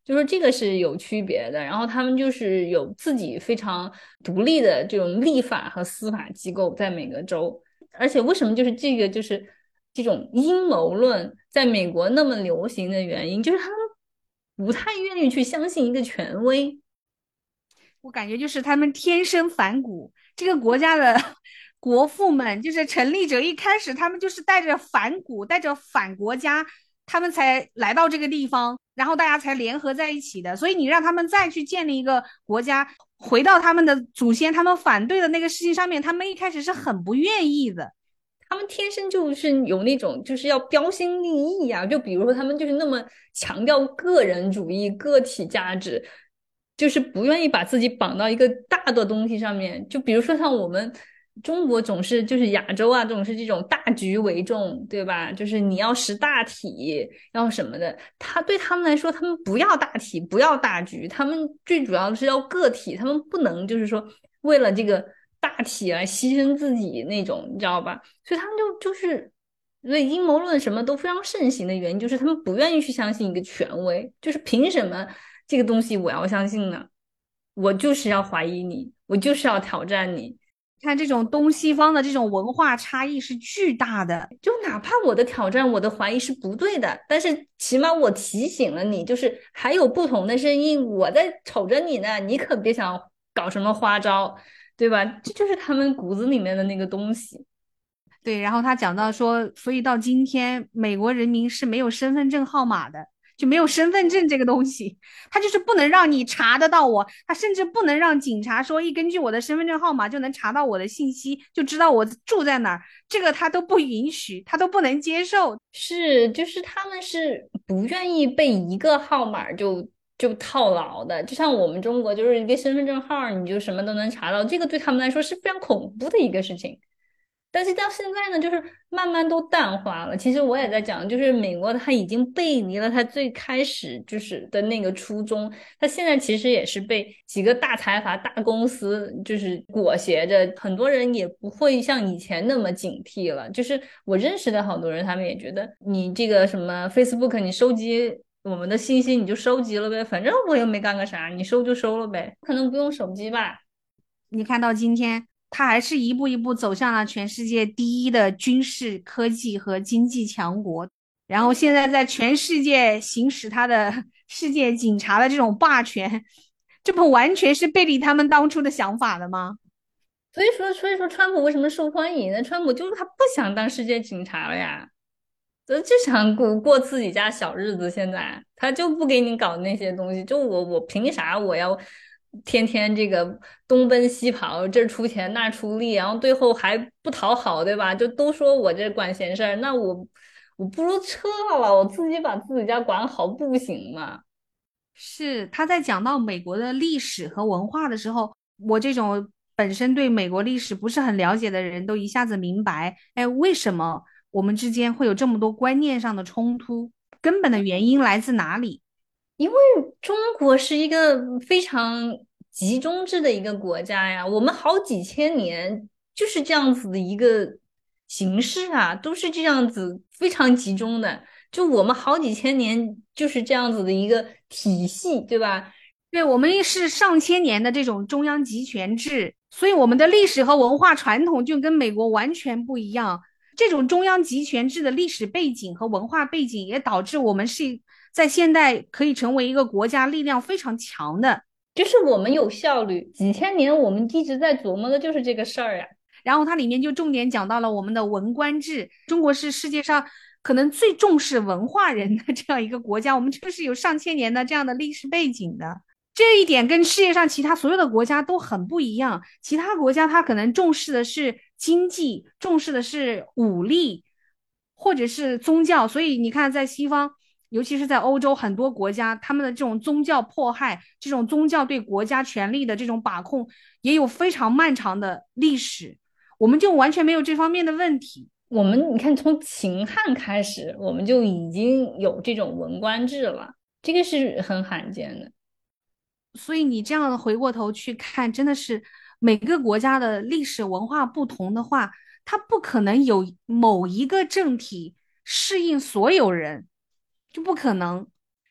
就是这个是有区别的。然后他们就是有自己非常独立的这种立法和司法机构在每个州。而且为什么就是这个就是这种阴谋论在美国那么流行的原因，就是他们不太愿意去相信一个权威。 我感觉就是他们天生反骨，这个国家的国父们，就是成立者一开始他们就是带着反骨，带着反国家，他们才来到这个地方，然后大家才联合在一起的。所以你让他们再去建立一个国家，回到他们的祖先他们反对的那个事情上面，他们一开始是很不愿意的。 他们天生就是有那种就是要标新立异呀、就比如说他们就是那么强调个人主义、个体价值，就是不愿意把自己绑到一个大的东西上面。就比如说像我们中国总是就是亚洲啊，总是这种大局为重，对吧？就是你要识大体，要什么的。对他们来说，他们不要大体，不要大局，他们最主要的是要个体，他们不能就是说为了这个大体而牺牲自己那种，你知道吧？所以他们就是所以阴谋论什么都非常盛行的原因，就是他们不愿意去相信一个权威，就是凭什么这个东西我要相信呢？我就是要怀疑你，我就是要挑战你。 看这种东西方的这种文化差异是巨大的。 就哪怕我的挑战、我的怀疑是不对的，但是起码我提醒了你，就是还有不同的声音，我在瞅着你呢，你可别想搞什么花招，对吧？这就是他们骨子里面的那个东西。 对，然后他讲到说，所以到今天，美国人民是没有身份证号码的，就没有身份证这个东西，他就是不能让你查得到我，他甚至不能让警察说一根据我的身份证号码就能查到我的信息，就知道我住在哪儿，这个他都不允许，他都不能接受。 是，就是他们是不愿意被一个号码就套牢的，就像我们中国就是一个身份证号你就什么都能查到，这个对他们来说是非常恐怖的一个事情。但是到现在呢，就是慢慢都淡化了。其实我也在讲，就是美国它已经背离了它最开始就是的那个初衷，它现在其实也是被几个大财阀、大公司就是裹挟着，很多人也不会像以前那么警惕了。就是我认识的好多人，他们也觉得你这个什么 Facebook，你收集我们的信息你就收集了呗，反正我又没干个啥，你收就收了呗，可能不用手机吧。 你看到今天，他还是一步一步走向了全世界第一的军事科技和经济强国，然后现在在全世界行使他的世界警察的这种霸权，这不完全是背离他们当初的想法的吗？ 所以说，川普为什么受欢迎呢？川普就是他不想当世界警察了呀，就想过自己家小日子。现在他就不给你搞那些东西，就我凭啥我要天天这个东奔西跑，这出钱那出力，然后最后还不讨好，对吧？就都说我这管闲事儿，那我不如撤了，我自己把自己家管好不行吗？ 是他在讲到美国的历史和文化的时候，我这种本身对美国历史不是很了解的人都一下子明白，哎，为什么我们之间会有这么多观念上的冲突，根本的原因来自哪里？ 因为中国是一个非常集中制的一个国家呀，我们好几千年就是这样子的一个形式啊，都是这样子非常集中的，就我们好几千年就是这样子的一个体系，对吧？ 对，我们是上千年的这种中央集权制，所以我们的历史和文化传统就跟美国完全不一样。这种中央集权制的历史背景和文化背景，也导致我们是在现代可以成为一个国家力量非常强的。 就是我们有效率，几千年我们一直在琢磨的就是这个事儿呀。 然后它里面就重点讲到了我们的文官制，中国是世界上可能最重视文化人的这样一个国家，我们就是有上千年的这样的历史背景的。这一点跟世界上其他所有的国家都很不一样。其他国家它可能重视的是经济，重视的是武力，或者是宗教。所以你看，在西方，尤其是在欧洲很多国家，他们的这种宗教迫害，这种宗教对国家权力的这种把控，也有非常漫长的历史。我们就完全没有这方面的问题。 我们你看，从秦汉开始，我们就已经有这种文官制了，这个是很罕见的。 所以你这样回过头去看，真的是每个国家的历史文化不同的话，它不可能有某一个政体适应所有人，就不可能。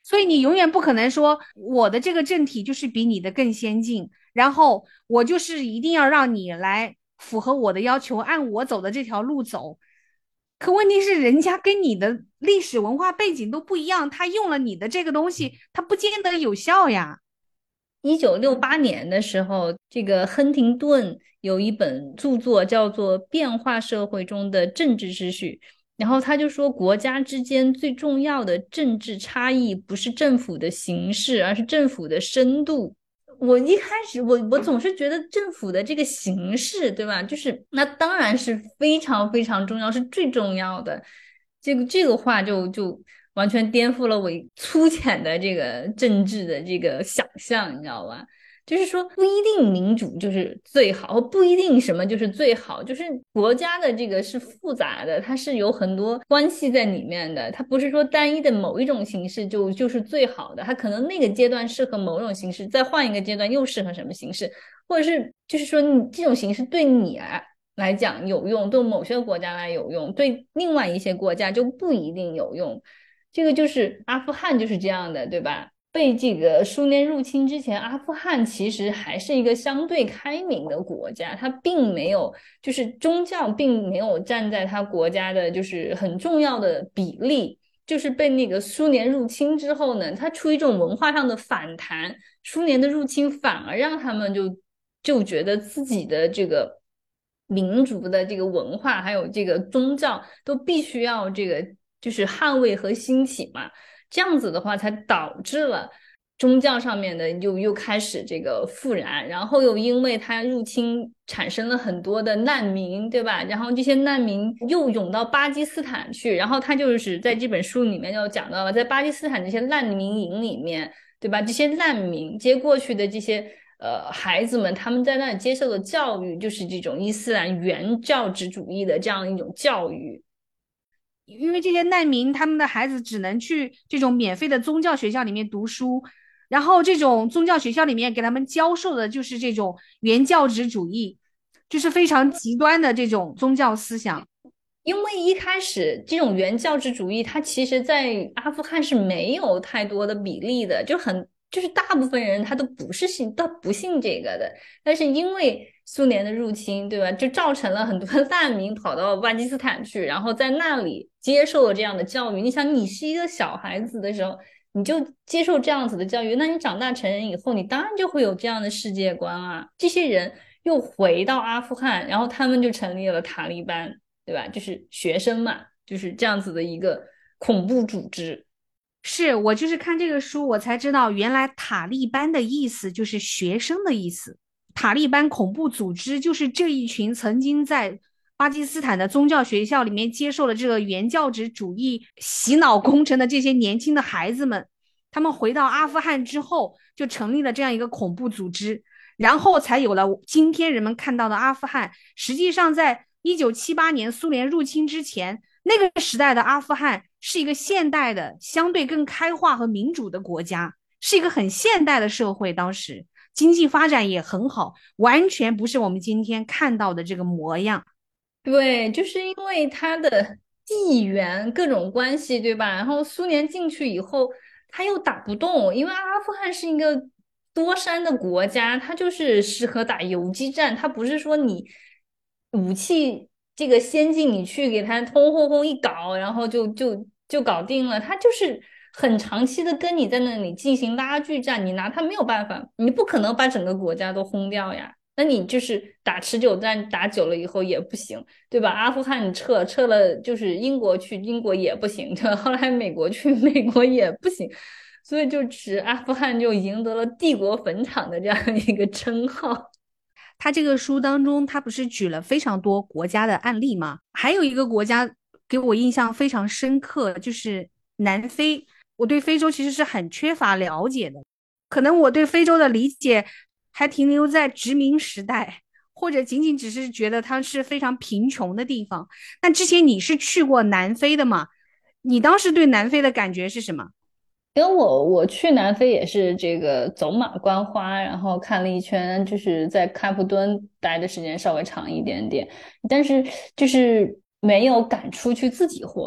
所以你永远不可能说我的这个政体就是比你的更先进，然后我就是一定要让你来符合我的要求，按我走的这条路走。可问题是，人家跟你的历史文化背景都不一样，他用了你的这个东西，他不见得有效呀。 1968年的时候，这个亨廷顿有一本著作叫做《变化社会中的政治秩序》，然后他就说，国家之间最重要的政治差异不是政府的形式，而是政府的深度。我一开始我总是觉得政府的这个形式，对吧？就是那当然是非常非常重要，是最重要的。这个话就完全颠覆了我粗浅的这个政治的这个想象，你知道吧？就是说不一定民主就是最好，不一定什么就是最好，就是国家的这个是复杂的，它是有很多关系在里面的，它不是说单一的某一种形式就是最好的，它可能那个阶段适合某种形式，再换一个阶段又适合什么形式，或者是就是说你这种形式对你来讲有用，对某些国家来有用，对另外一些国家就不一定有用。这个就是阿富汗就是这样的，对吧？被这个苏联入侵之前，阿富汗其实还是一个相对开明的国家，它并没有就是宗教并没有站在它国家的就是很重要的比例。就是被那个苏联入侵之后呢，它出于一种文化上的反弹，苏联的入侵反而让他们就觉得自己的这个民族的这个文化还有这个宗教都必须要这个就是捍卫和兴起嘛。这样子的话，才导致了宗教上面的又开始这个复燃，然后又因为它入侵产生了很多的难民，对吧？然后这些难民又涌到巴基斯坦去，然后他就是在这本书里面就讲到了，在巴基斯坦这些难民营里面，对吧？这些难民接过去的这些孩子们，他们在那里接受的教育就是这种伊斯兰原教旨主义的这样一种教育。 因为这些难民他们的孩子只能去这种免费的宗教学校里面读书，然后这种宗教学校里面给他们教授的就是这种原教旨主义，就是非常极端的这种宗教思想。 因为一开始这种原教旨主义，它其实在阿富汗是没有太多的比例的，就是大部分人他都不是信，他不信这个的。但是因为苏联的入侵，对吧，就造成了很多难民跑到巴基斯坦去，然后在那里接受了这样的教育。你想，你是一个小孩子的时候，你就接受这样子的教育，那你长大成人以后，你当然就会有这样的世界观啊。这些人又回到阿富汗，然后他们就成立了塔利班。对吧？就是学生嘛，就是这样子的一个恐怖组织。 是我就是看这个书，我才知道原来塔利班的意思就是学生的意思。塔利班恐怖组织就是这一群曾经在巴基斯坦的宗教学校里面接受了这个原教旨主义洗脑工程的这些年轻的孩子们，他们回到阿富汗之后，就成立了这样一个恐怖组织，然后才有了今天人们看到的阿富汗。实际上，在1978年苏联入侵之前，那个时代的阿富汗是一个现代的、相对更开化和民主的国家，是一个很现代的社会。当时经济发展也很好，完全不是我们今天看到的这个模样。 对，就是因为它的地缘各种关系，对吧？然后苏联进去以后，他又打不动，因为阿富汗是一个多山的国家，它就是适合打游击战，它不是说你武器这个先进，你去给它轰轰轰一搞，然后就搞定了，它就是很长期的跟你在那里进行拉锯战，你拿它没有办法，你不可能把整个国家都轰掉呀。那你就是打持久战，打久了以后也不行，对吧？阿富汗你撤了，就是英国去，英国也不行，对吧？后来美国去，美国也不行，所以就指阿富汗就赢得了帝国坟场的这样一个称号。 他这个书当中，他不是举了非常多国家的案例吗？还有一个国家给我印象非常深刻，就是南非。我对非洲其实是很缺乏了解的，可能我对非洲的理解还停留在殖民时代，或者仅仅只是觉得它是非常贫穷的地方。那之前你是去过南非的吗？你当时对南非的感觉是什么？ 因为我去南非也是这个走马观花，然后看了一圈，就是在开普敦待的时间稍微长一点点，但是就是没有敢出去自己活动。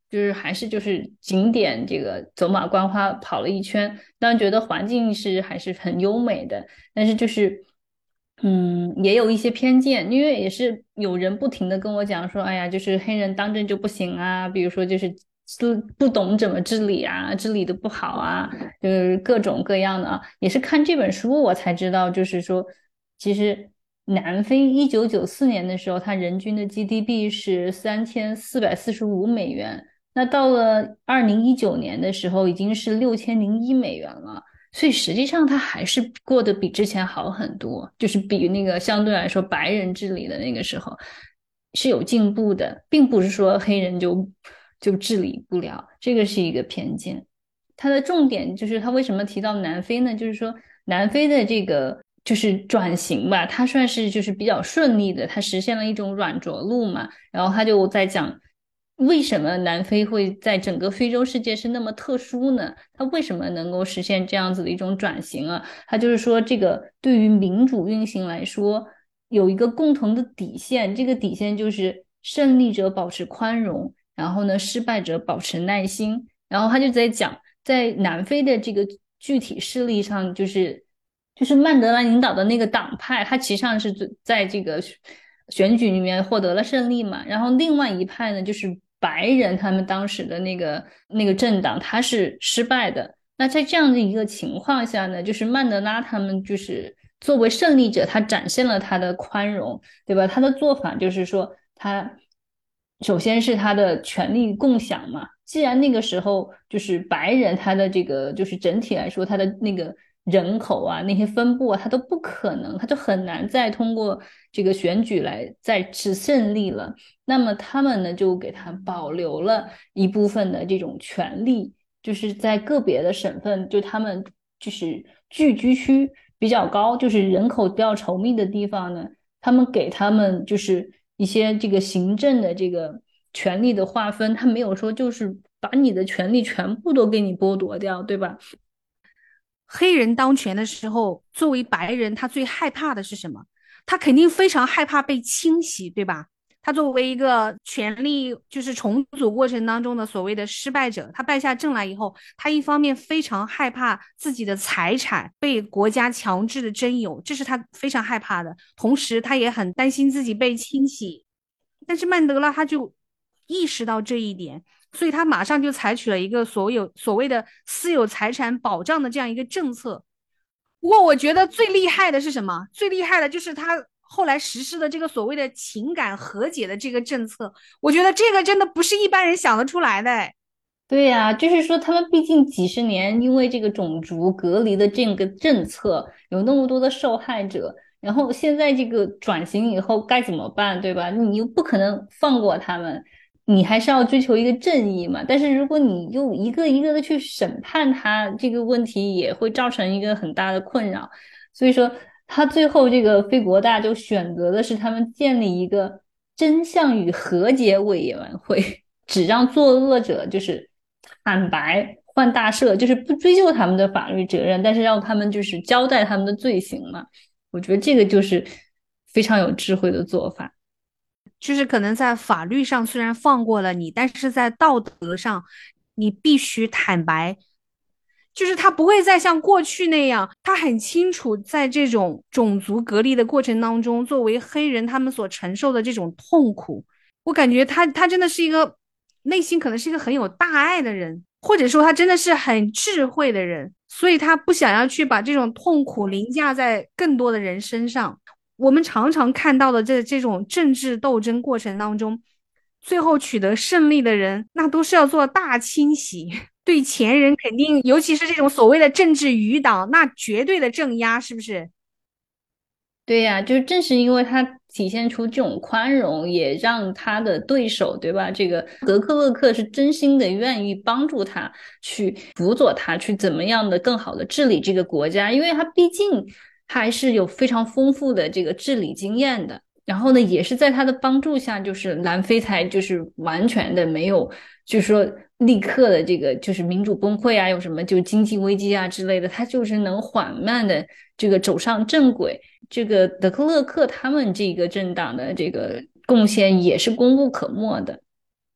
就是还是就是景点这个走马观花跑了一圈，当然觉得环境是还是很优美的，但是就是也有一些偏见，因为也是有人不停的跟我讲说，哎呀，就是黑人当政就不行啊，比如说就是不懂怎么治理啊，治理的不好啊，就是各种各样的啊，也是看这本书我才知道，就是说其实南非1994年的时候，它人均的 GDP 是3445美元，那到了2019年的时候，已经是6001美元了。所以实际上他还是过得比之前好很多，就是比那个相对来说白人治理的那个时候是有进步的，并不是说黑人就治理不了，这个是一个偏见。它的重点就是他为什么提到南非呢？就是说南非的这个就是转型吧，它算是就是比较顺利的，它实现了一种软着陆嘛。然后他就在讲为什么南非会在整个非洲世界是那么特殊呢？它为什么能够实现这样子的一种转型啊？它就是说，这个对于民主运行来说，有一个共同的底线，这个底线就是胜利者保持宽容，然后呢，失败者保持耐心。然后他就在讲，在南非的这个具体事例上，就是曼德拉领导的那个党派，他其实上是在这个选举里面获得了胜利嘛。然后另外一派呢，就是白人他们当时的那个政党，他是失败的。那在这样的一个情况下呢，就是曼德拉他们就是作为胜利者，他展现了他的宽容，对吧？他的做法就是说，他首先是他的权力共享嘛。既然那个时候就是白人，他的这个就是整体来说，他的那个人口啊，那些分布啊，他都不可能，他就很难再通过这个选举来再次胜利了。那么他们呢，就给他保留了一部分的这种权利，就是在个别的省份，就他们就是聚居区比较高，就是人口比较稠密的地方呢，他们给他们就是一些这个行政的这个权利的划分，他没有说就是把你的权利全部都给你剥夺掉，对吧？ 黑人当权的时候，作为白人，他最害怕的是什么？他肯定非常害怕被清洗，对吧？他作为一个权力就是重组过程当中的所谓的失败者，他败下阵来以后，他一方面非常害怕自己的财产被国家强制的征有，这是他非常害怕的，同时他也很担心自己被清洗。但是曼德拉他就意识到这一点，所以他马上就采取了一个所谓的私有财产保障的这样一个政策。不过我觉得最厉害的是什么？最厉害的就是他后来实施的这个所谓的情感和解的这个政策，我觉得这个真的不是一般人想得出来的。 对呀，就是说他们毕竟几十年因为这个种族隔离的这个政策，有那么多的受害者，然后现在这个转型以后该怎么办，对吧？你又不可能放过他们，你还是要追求一个正义嘛。但是如果你又一个一个的去审判他，这个问题也会造成一个很大的困扰。所以说，他最后这个非国大就选择的是他们建立一个真相与和解委员会，只让作恶者就是坦白换大赦，就是不追究他们的法律责任，但是让他们就是交代他们的罪行嘛。我觉得这个就是非常有智慧的做法。 就是可能在法律上虽然放过了你，但是在道德上你必须坦白。就是他不会再像过去那样，他很清楚在这种种族隔离的过程当中，作为黑人他们所承受的这种痛苦。我感觉他真的是一个内心可能是一个很有大爱的人，或者说他真的是很智慧的人，所以他不想要去把这种痛苦凌驾在更多的人身上。我们常常看到的这种政治斗争过程当中，最后取得胜利的人，那都是要做大清洗，对前人肯定，尤其是这种所谓的政治余党，那绝对的镇压，是不是？ 对呀，就是正是因为他体现出这种宽容，也让他的对手，对吧？这个德克勒克是真心的愿意帮助他，去辅佐他，去怎么样的更好的治理这个国家，因为他毕竟还是有非常丰富的这个治理经验的。然后呢，也是在他的帮助下，就是南非才就是完全的没有，就是说立刻的这个就是民主崩溃啊，有什么就经济危机啊之类的，他就是能缓慢的这个走上正轨。这个德克勒克他们这个政党的这个贡献也是功不可没的。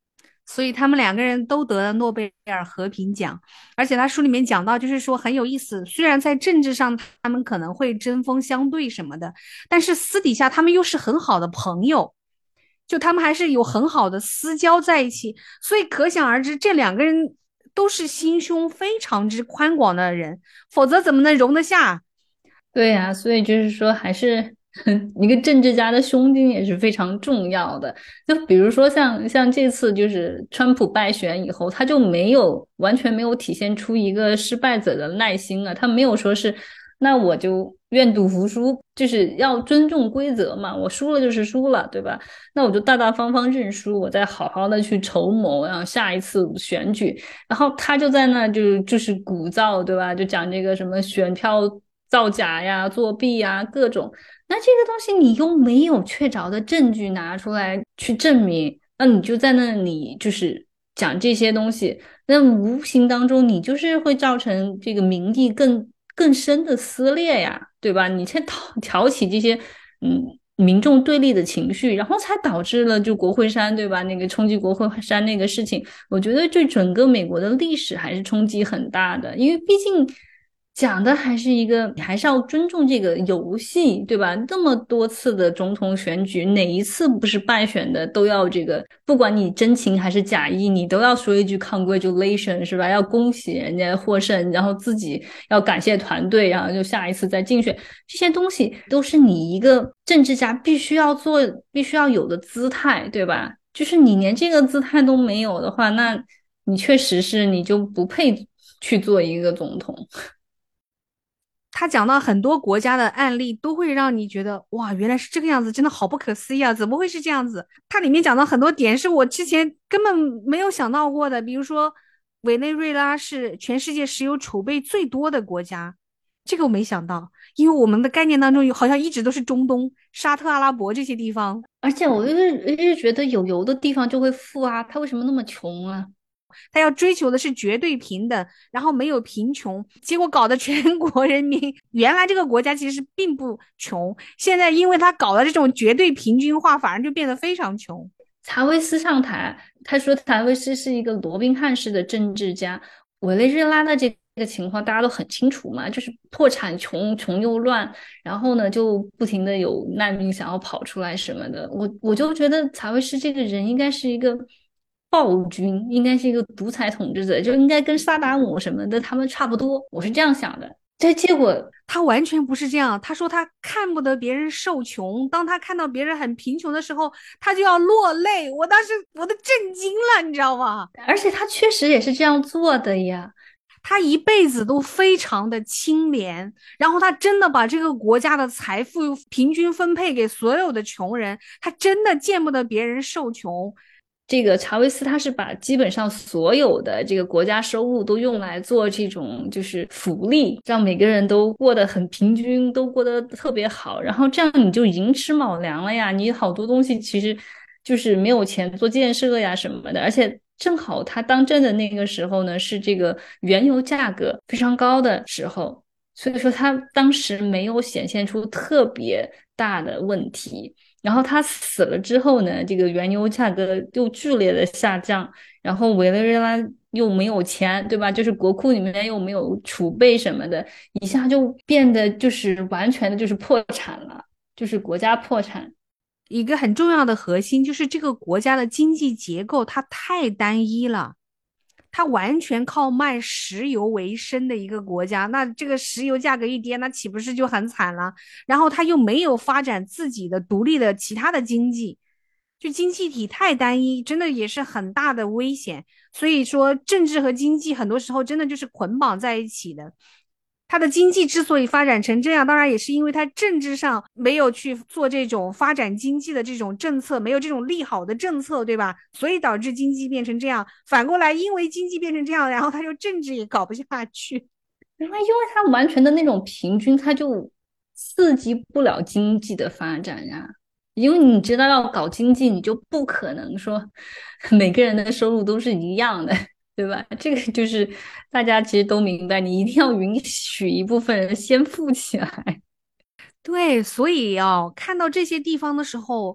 所以他们两个人都得了诺贝尔和平奖。而且他书里面讲到，就是说很有意思，虽然在政治上他们可能会针锋相对什么的，但是私底下他们又是很好的朋友，就他们还是有很好的私交在一起。所以可想而知，这两个人都是心胸非常之宽广的人，否则怎么能容得下？ 对呀，所以就是说，还是一个政治家的胸襟也是非常重要的。就比如说像这次就是川普败选以后，他就完全没有体现出一个失败者的耐心啊，他没有说是那我就愿赌服输，就是要尊重规则嘛，我输了就是输了，对吧？那我就大大方方认输，我再好好的去筹谋，然后下一次选举。然后他就在那就是鼓噪，对吧？就讲这个什么选票造假呀、作弊呀各种。那这个东西你又没有确凿的证据拿出来去证明，那你就在那里就是讲这些东西，那无形当中你就是会造成这个民意更深的撕裂呀，对吧？你先挑起这些民众对立的情绪，然后才导致了就国会山，对吧？那个冲击国会山那个事情，我觉得对整个美国的历史还是冲击很大的，因为毕竟讲的还是一个，还是要尊重这个游戏，对吧？那么多次的总统选举，哪一次不是败选的都要这个，不管你真情还是假意，你都要说一句 congratulation，是吧？要恭喜人家获胜，然后自己要感谢团队，然后就下一次再竞选，这些东西都是你一个政治家必须要有的姿态，对吧？就是你连这个姿态都没有的话，那你确实是你就不配去做一个总统。 他讲到很多国家的案例，都会让你觉得哇，原来是这个样子，真的好不可思议啊！怎么会是这样子？它里面讲到很多点是我之前根本没有想到过的，比如说委内瑞拉是全世界石油储备最多的国家，这个我没想到，因为我们的概念当中好像一直都是中东、沙特阿拉伯这些地方。 而且我就是觉得有油的地方就会富啊，他为什么那么穷啊？ 他要追求的是绝对平等，然后没有贫穷，结果搞得全国人民原来这个国家其实并不穷，现在因为他搞了这种绝对平均化，反而就变得非常穷。 查韦斯上台，他说查韦斯是一个罗宾汉式的政治家。委内瑞拉的这个情况大家都很清楚嘛，就是破产穷又乱，然后呢就不停的有难民想要跑出来什么的。我就觉得查韦斯这个人应该是一个暴君，应该是一个独裁统治者，就应该跟萨达姆什么的他们差不多。我是这样想的。这结果他完全不是这样，他说他看不得别人受穷，当他看到别人很贫穷的时候，他就要落泪。我当时我都震惊了，你知道吗？ 而且他确实也是这样做的呀。 他一辈子都非常的清廉，然后他真的把这个国家的财富平均分配给所有的穷人，他真的见不得别人受穷。 这个查韦斯他是把基本上所有的这个国家收入都用来做这种就是福利，让每个人都过得很平均，都过得特别好，然后这样你就寅吃卯粮了呀，你好多东西其实就是没有钱做建设呀什么的，而且正好他当政的那个时候呢，是这个原油价格非常高的时候，所以说他当时没有显现出特别大的问题。然后他死了之后呢，这个原油价格又剧烈的下降，然后委内瑞拉又没有钱，对吧？就是国库里面又没有储备什么的，一下就变得就是完全的就是破产了，就是国家破产。 一个很重要的核心就是这个国家的经济结构它太单一了，它完全靠卖石油为生的一个国家，那这个石油价格一跌，那岂不是就很惨了？然后它又没有发展自己的独立的其他的经济，就经济体太单一，真的也是很大的危险。所以说，政治和经济很多时候真的就是捆绑在一起的。它的经济之所以发展成这样，当然也是因为它政治上没有去做这种发展经济的这种政策，没有这种利好的政策，对吧？所以导致经济变成这样。反过来，因为经济变成这样，然后它就政治也搞不下去。 因为它完全的那种平均，它就刺激不了经济的发展呀。因为你知道要搞经济，你就不可能说每个人的收入都是一样的，对吧？这个就是大家其实都明白，你一定要允许一部分人先富起来。 对，所以看到这些地方的时候，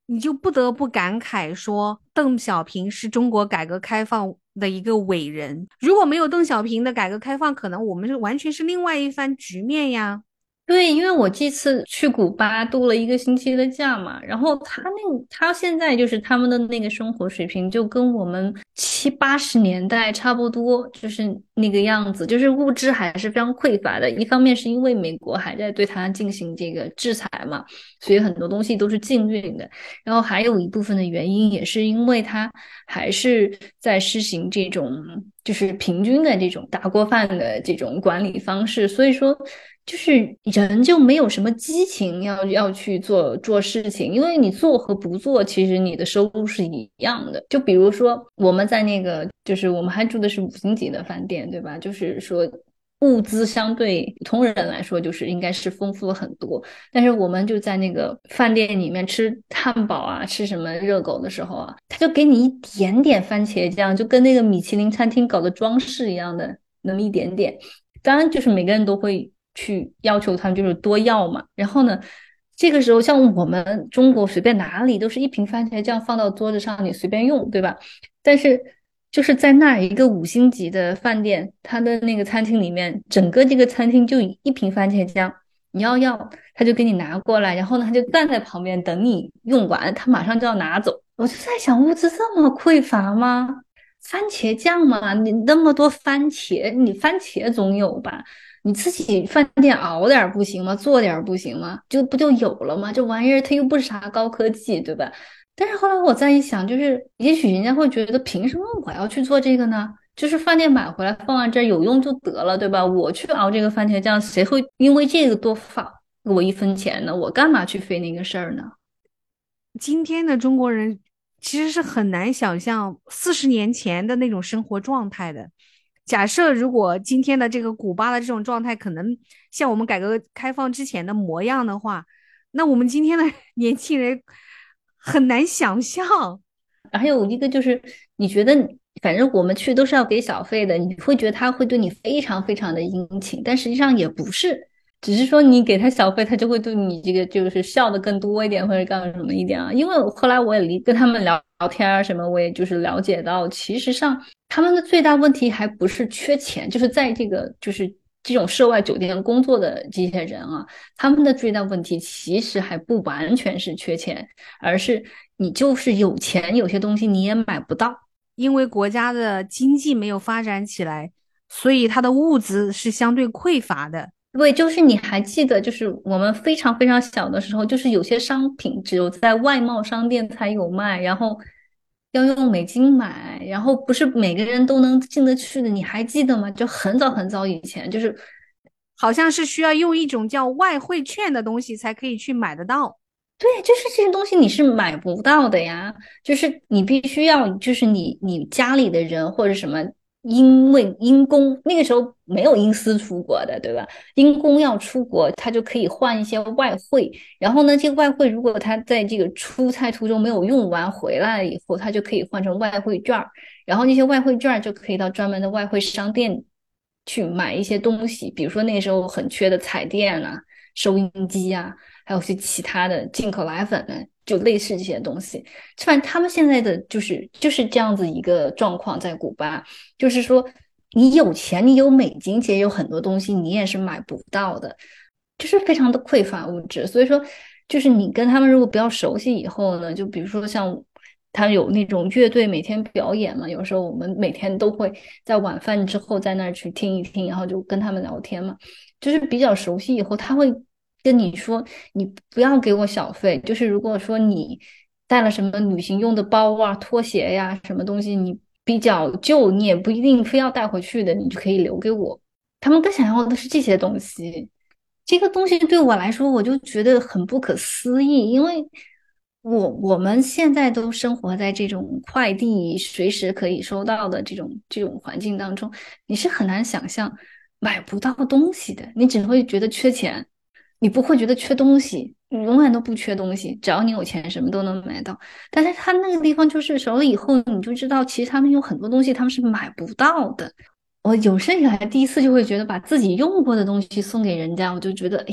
你就不得不感慨说，邓小平是中国改革开放的一个伟人。如果没有邓小平的改革开放，可能我们是完全是另外一番局面呀。 对，因为我这次去古巴度了1个星期的假嘛，然后他现在就是他们的那个生活水平就跟我们70、80年代差不多，就是那个样子，就是物质还是非常匮乏的。一方面是因为美国还在对他进行这个制裁嘛，所以很多东西都是禁运的。然后还有一部分的原因也是因为他还是在实行这种就是平均的这种大锅饭的这种管理方式，所以说就是人就没有什么激情要去做事情，因为你做和不做，其实你的收入是一样的。就比如说我们在那个，就是我们还住的是5星级的饭店，对吧？就是说物资相对普通人来说，就是应该是丰富了很多。但是我们就在那个饭店里面吃汉堡啊，吃什么热狗的时候啊，他就给你一点点番茄酱，就跟那个米其林餐厅搞的装饰一样的那么一点点。当然，就是每个人都会去要求他们就是多要嘛。然后呢，这个时候像我们中国随便哪里都是一瓶番茄酱放到桌子上你随便用，对吧？但是就是在那一个5星级的饭店，他的那个餐厅里面，整个这个餐厅就一瓶番茄酱，你要他就给你拿过来，然后呢他就站在旁边等你用完，他马上就要拿走。我就在想，物资这么匮乏吗？番茄酱嘛，你那么多番茄，你番茄总有吧？你自己饭店熬点不行吗？做点不行吗？不就有了吗？这玩意儿它又不是啥高科技，对吧？但是后来我再一想，就是也许人家会觉得，凭什么我要去做这个呢？就是饭店买回来放在这儿有用就得了，对吧？我去熬这个番茄酱，谁会因为这个多发我1分钱呢？我干嘛去费那个事儿呢？ 今天的中国人其实是很难想象40年前的那种生活状态的。假设如果今天的这个古巴的这种状态，可能像我们改革开放之前的模样的话，那我们今天的年轻人很难想象。 还有一个就是，你觉得反正我们去都是要给小费的，你会觉得他会对你非常非常的殷勤，但实际上也不是，只是说你给他小费，他就会对你这个就是笑的更多一点或者干什么一点啊。因为后来我也跟他们聊天啊什么，我也就是了解到，其实上他们的最大问题还不是缺钱，就是在这个就是这种涉外酒店工作的这些人啊，他们的最大问题其实还不完全是缺钱。而是你就是有钱，有些东西你也买不到。 因为国家的经济没有发展起来，所以它的物资是相对匮乏的。 对，就是你还记得，就是我们非常非常小的时候，就是有些商品只有在外贸商店才有卖，然后要用美金买，然后不是每个人都能进得去的，你还记得吗？就很早很早以前，就是好像是需要用一种叫外汇券的东西才可以去买得到。 对，就是这些东西你是买不到的呀，就是你必须要，就是你家里的人或者什么，因为因公那个时候没有因私出国的，对吧？因公要出国，他就可以换一些外汇，然后呢，这个外汇如果他在这个出差途中没有用完，回来了以后，他就可以换成外汇券儿，然后那些外汇券儿就可以到专门的外汇商店去买一些东西，比如说那个时候很缺的彩电啊、收音机啊。还有些其他的进口奶粉呢，就类似这些东西。反正他们现在的就是这样子一个状况，在古巴，就是说你有钱，你有美金，其实有很多东西你也是买不到的，就是非常的匮乏物质。所以说，就是你跟他们如果比较熟悉以后呢，就比如说像。他有那种乐队每天表演嘛，有时候我们每天都会在晚饭之后在那儿去听一听，然后就跟他们聊天嘛。就是比较熟悉以后，他会跟你说，你不要给我小费。就是如果说你带了什么旅行用的包啊、拖鞋呀、什么东西，你比较旧，你也不一定非要带回去的，你就可以留给我。他们更想要的是这些东西。这个东西对我来说，我就觉得很不可思议，因为我们现在都生活在这种快递随时可以收到的这种环境当中，你是很难想象买不到东西的，你只会觉得缺钱，你不会觉得缺东西，你永远都不缺东西，只要你有钱，什么都能买到。但是他那个地方就是熟了以后，你就知道，其实他们有很多东西他们是买不到的。我有生以来第一次就会觉得把自己用过的东西送给人家，我就觉得，哎呀。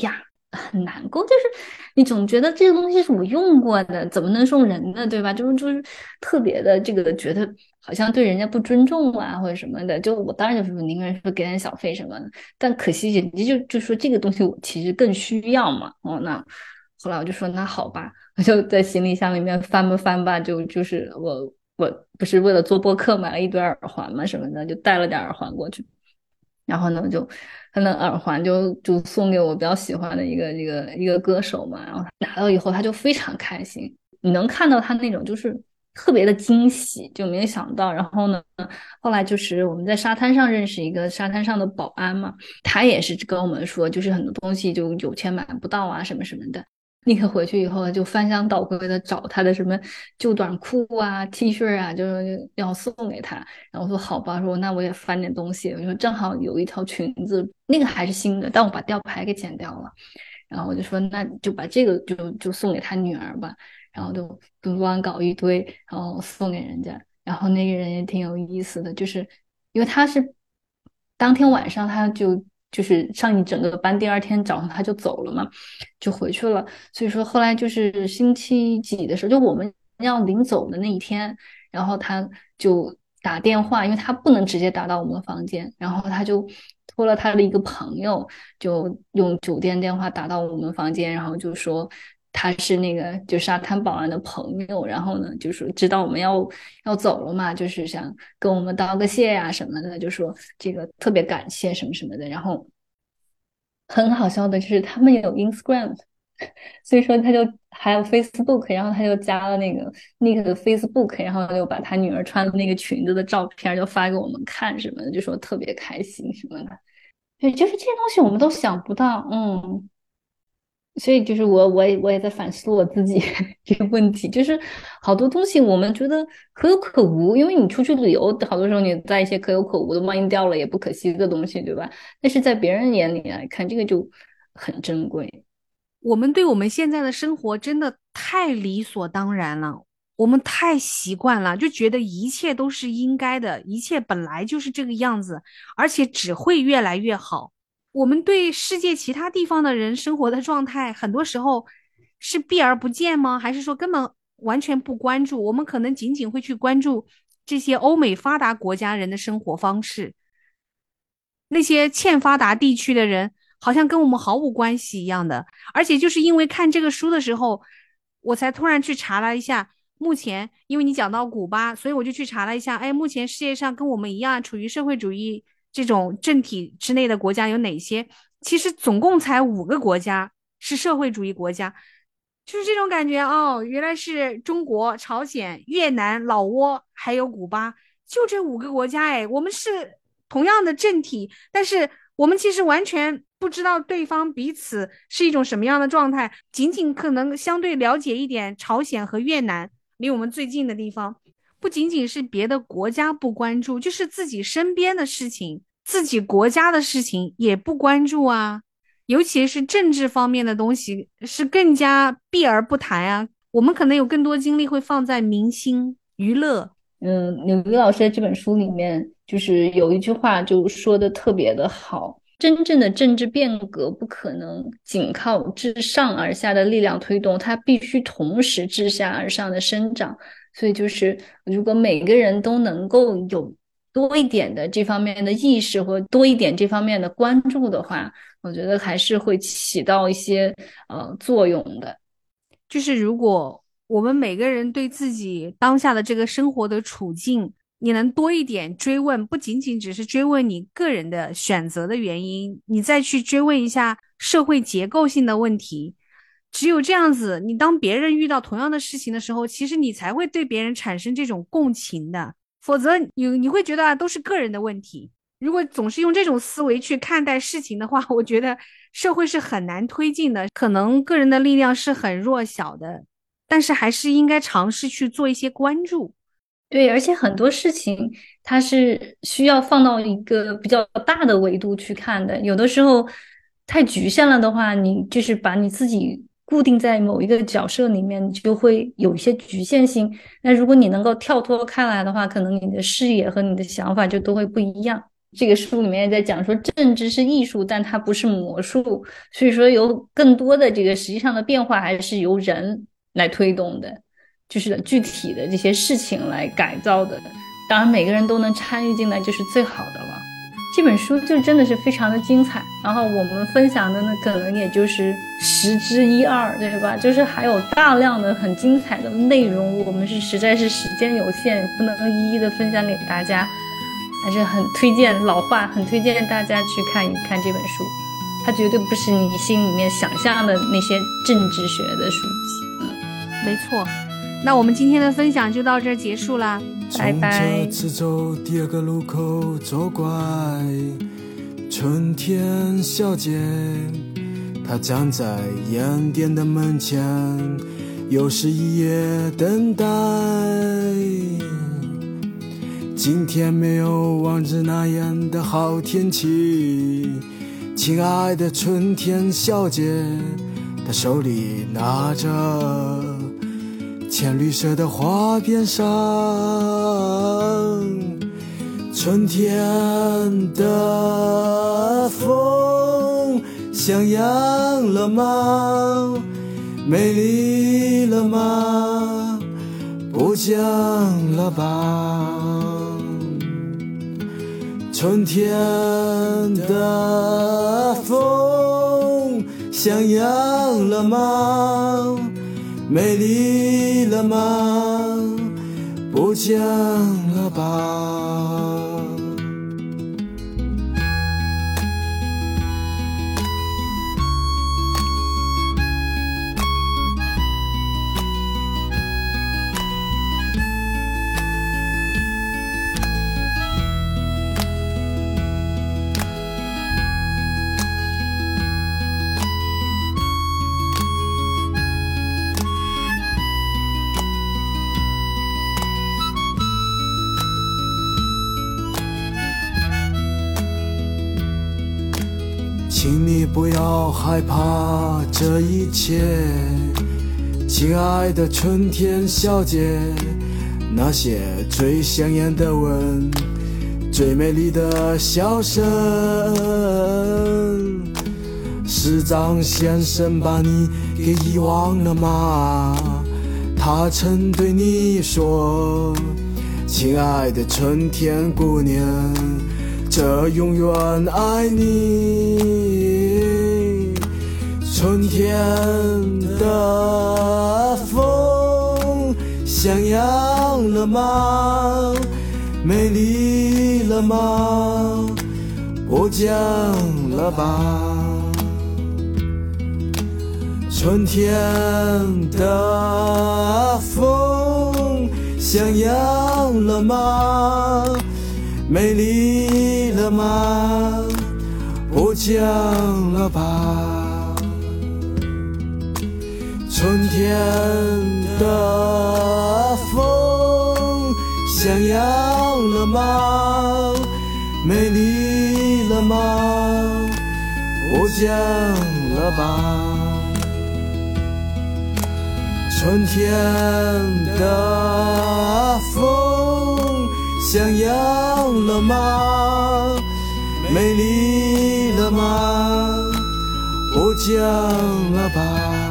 很难过，就是你总觉得这个东西是我用过的，怎么能送人呢？对吧？就是特别的这个觉得好像对人家不尊重啊，或者什么的。就我当然就是宁愿说给点小费什么的，但可惜人家就说这个东西我其实更需要嘛。哦，那后来我就说那好吧，我就在行李箱里面翻吧翻吧，就是我不是为了做播客买了一堆耳环嘛什么的，就带了点耳环过去。然后呢，就他那耳环就送给我比较喜欢的一个歌手嘛，然后他拿到以后他就非常开心，你能看到他那种就是特别的惊喜，就没有想到。然后呢，后来就是我们在沙滩上认识一个沙滩上的保安嘛，他也是跟我们说，就是很多东西就有钱买不到啊什么什么的。立刻回去以后就翻箱倒柜的找他的什么旧短裤啊、T 恤啊，就是要送给他。然后我说好吧，说那我也翻点东西。我说正好有一条裙子，那个还是新的，但我把吊牌给剪掉了。然后我就说那就把这个就送给他女儿吧。然后就乱搞一堆，然后送给人家。然后那个人也挺有意思的，就是因为他是当天晚上他就是上一整个班，第二天早上他就走了嘛，就回去了。所以说后来就是星期几的时候，就我们要临走的那一天，然后他就打电话，因为他不能直接打到我们房间，然后他就托了他的一个朋友，就用酒店电话打到我们房间，然后就说他是那个就沙滩保安的朋友，然后呢就说知道我们要走了嘛，就是想跟我们道个谢呀、什么的，就说这个特别感谢什么什么的，然后很好笑的就是他们有 Instagram。所以说他就还有 Facebook，然后他就加了那个 Facebook，然后就把他女儿穿的那个裙子的照片就发给我们看什么的，就说特别开心什么的。对，就是这些东西我们都想不到，所以就是我也在反思我自己这个问题，就是好多东西我们觉得可有可无，因为你出去旅游，好多时候你在一些可有可无的，万一掉了也不可惜的东西，对吧？但是在别人眼里来看，这个就很珍贵。 我们对我们现在的生活真的太理所当然了，我们太习惯了，就觉得一切都是应该的，一切本来就是这个样子，而且只会越来越好。我们对世界其他地方的人生活的状态，很多时候是避而不见吗？还是说根本完全不关注？我们可能仅仅会去关注这些欧美发达国家人的生活方式，那些欠发达地区的人好像跟我们毫无关系一样的。而且就是因为看这个书的时候，我才突然去查了一下，目前因为你讲到古巴，所以我就去查了一下，哎，目前世界上跟我们一样处于社会主义这种政体之内的国家有哪些？其实总共才5个国家是社会主义国家，就是这种感觉哦，原来是中国、朝鲜、越南、老挝还有古巴，就这5个国家，哎，我们是同样的政体，但是我们其实完全不知道对方彼此是一种什么样的状态，仅仅可能相对了解一点朝鲜和越南，离我们最近的地方，不仅仅是别的国家不关注，就是自己身边的事情，自己国家的事情也不关注啊。尤其是政治方面的东西，是更加避而不谈啊。我们可能有更多精力会放在明星娱乐。 纽约老师在这本书里面，就是有一句话就说的特别的好：真正的政治变革不可能仅靠自上而下的力量推动，它必须同时自下而上的生长。所以就是，如果每个人都能够有多一点的这方面的意识或多一点这方面的关注的话，我觉得还是会起到一些作用的。 就是如果我们每个人对自己当下的这个生活的处境，你能多一点追问，不仅仅只是追问你个人的选择的原因，你再去追问一下社会结构性的问题。只有这样子，你当别人遇到同样的事情的时候，其实你才会对别人产生这种共情的，否则你会觉得都是个人的问题。如果总是用这种思维去看待事情的话，我觉得社会是很难推进的，可能个人的力量是很弱小的，但是还是应该尝试去做一些关注。 对，而且很多事情它是需要放到一个比较大的维度去看的。有的时候太局限了的话，你就是把你自己固定在某一个角色里面，你就会有一些局限性。那如果你能够跳脱开来的话，可能你的视野和你的想法就都会不一样。 这个书里面也在讲说，政治是艺术，但它不是魔术，所以说有更多的这个实际上的变化还是由人来推动的，就是具体的这些事情来改造的。当然每个人都能参与进来就是最好的了。这本书就真的是非常的精彩，然后我们分享的呢可能也就是1/10，对吧？就是还有大量的很精彩的内容，我们是实在是时间有限，不能一一的分享给大家，还是很推荐，老话很推荐大家去看一看这本书，它绝对不是你心里面想象的那些政治学的书籍。 没错。那我们今天的分享就到这儿结束啦，拜拜。 从这次走第二个路口走过来，春天小姐她站在烟店的门前，又是一夜等待。今天没有往日那样的好天气，亲爱的春天小姐，她手里拿着浅绿色的花边上，春天的风像样了吗？美丽了吗？不讲了吧。春天的风像样了吗？美丽了吗？不讲了吧。请你不要害怕这一切，亲爱的春天小姐，那些最香艳的吻，最美丽的笑声，市长先生把你给遗忘了吗？他曾对你说，亲爱的春天姑娘，这永远爱你。春天的风像样了吗？美丽了吗？不讲了吧。春天的风像样了吗？美丽了吗？不讲了吧。春天的风像样了吗？美丽了吗？不讲了吧。春天的风像样了吗？美丽了吗？不讲了吧。